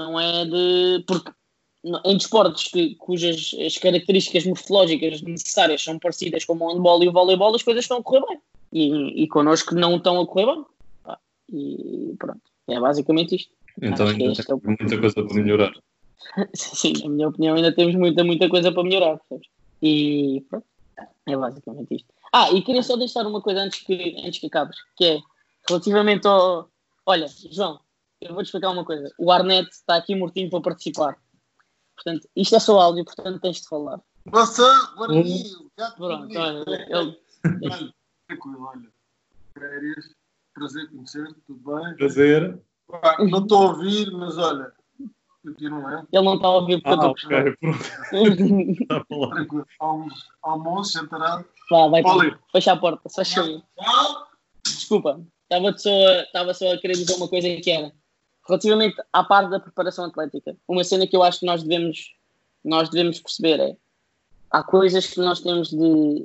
porque em desportos cujas as características morfológicas necessárias são parecidas como o handball e o voleibol, as coisas estão a correr bem. E connosco não estão a correr bem. E pronto, é basicamente isto. Então ainda tem muita coisa para melhorar. Sim, na minha opinião, ainda temos muita coisa para melhorar, percebes? E pronto, é basicamente isto. E queria só deixar uma coisa antes que acabes, que é relativamente ao... Olha, João, eu vou-te explicar uma coisa. O Arnett está aqui mortinho para participar. Portanto, isto é só áudio, portanto tens de falar. Você, Guarani, pronto, olha, ele... Tranquilo, olha. Férias, prazer conhecer-te, tudo bem? Prazer. Não estou a ouvir, mas olha, continua. Ele não está a ouvir porque eu estou ok, pronto. Tranquilo, almoço, sentarado. Vai, fecha a porta, só chega. Desculpa, estava só a querer dizer uma coisa que era relativamente à parte da preparação atlética. Uma cena que eu acho que nós devemos perceber é: há coisas que nós temos de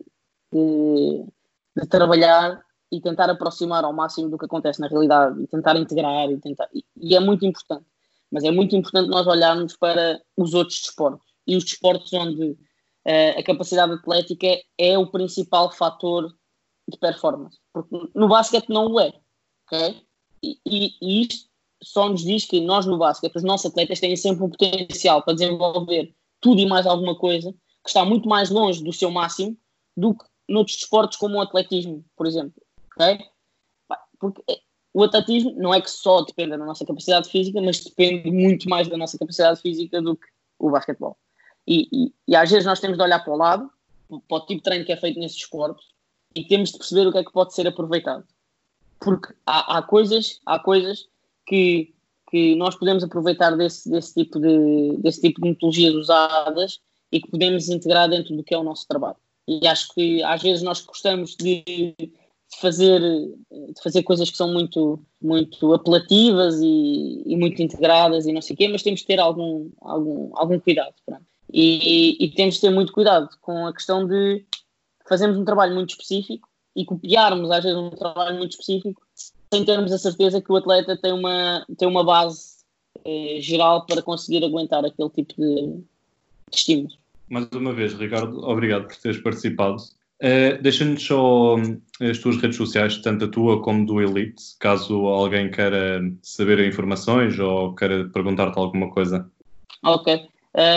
trabalhar e tentar aproximar ao máximo do que acontece na realidade e tentar integrar e é muito importante. Mas é muito importante nós olharmos para os outros desportos e os desportos onde a capacidade atlética é o principal fator de performance. Porque no basquete não o é, ok? E isto só nos diz que nós no basquete, os nossos atletas têm sempre um potencial para desenvolver tudo e mais alguma coisa que está muito mais longe do seu máximo do que noutros desportos como o atletismo, por exemplo, ok? Porque o atletismo não é que só dependa da nossa capacidade física, mas depende muito mais da nossa capacidade física do que o basquetebol. E às vezes nós temos de olhar para o lado, para o tipo de treino que é feito nesses esportes, e temos de perceber o que é que pode ser aproveitado. Porque há coisas que nós podemos aproveitar desse tipo de metodologias usadas e que podemos integrar dentro do que é o nosso trabalho. E acho que às vezes nós gostamos de fazer coisas que são muito, muito apelativas e muito integradas e não sei o quê, mas temos de ter algum cuidado. Pronto. E temos de ter muito cuidado com a questão de fazermos um trabalho muito específico e copiarmos às vezes um trabalho muito específico sem termos a certeza que o atleta tem uma base geral para conseguir aguentar aquele tipo de estímulos. Mais uma vez, Ricardo, obrigado por teres participado. Deixa-nos só as tuas redes sociais, tanto a tua como do Elite, caso alguém queira saber informações ou queira perguntar-te alguma coisa. Ok.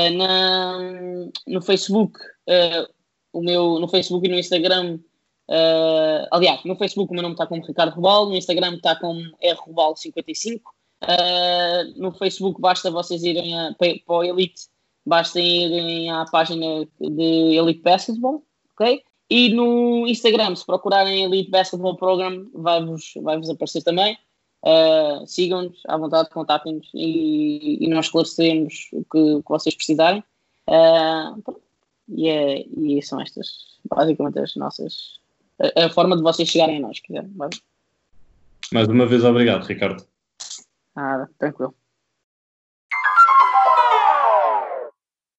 No Facebook, no Facebook e no Instagram, aliás, no Facebook o meu nome está como Ricardo Rubal, no Instagram está como rrubal55. No Facebook basta vocês irem para o Elite, basta irem à página de Elite Basketball, ok? E no Instagram, se procurarem Elite Basketball Program, vai-vos aparecer também. Sigam-nos à vontade, contatem-nos e nós esclarecemos o que vocês precisarem. E são estas, basicamente, as nossas... a forma de vocês chegarem a nós, se quiserem. Mais uma vez, obrigado, Ricardo. Tranquilo.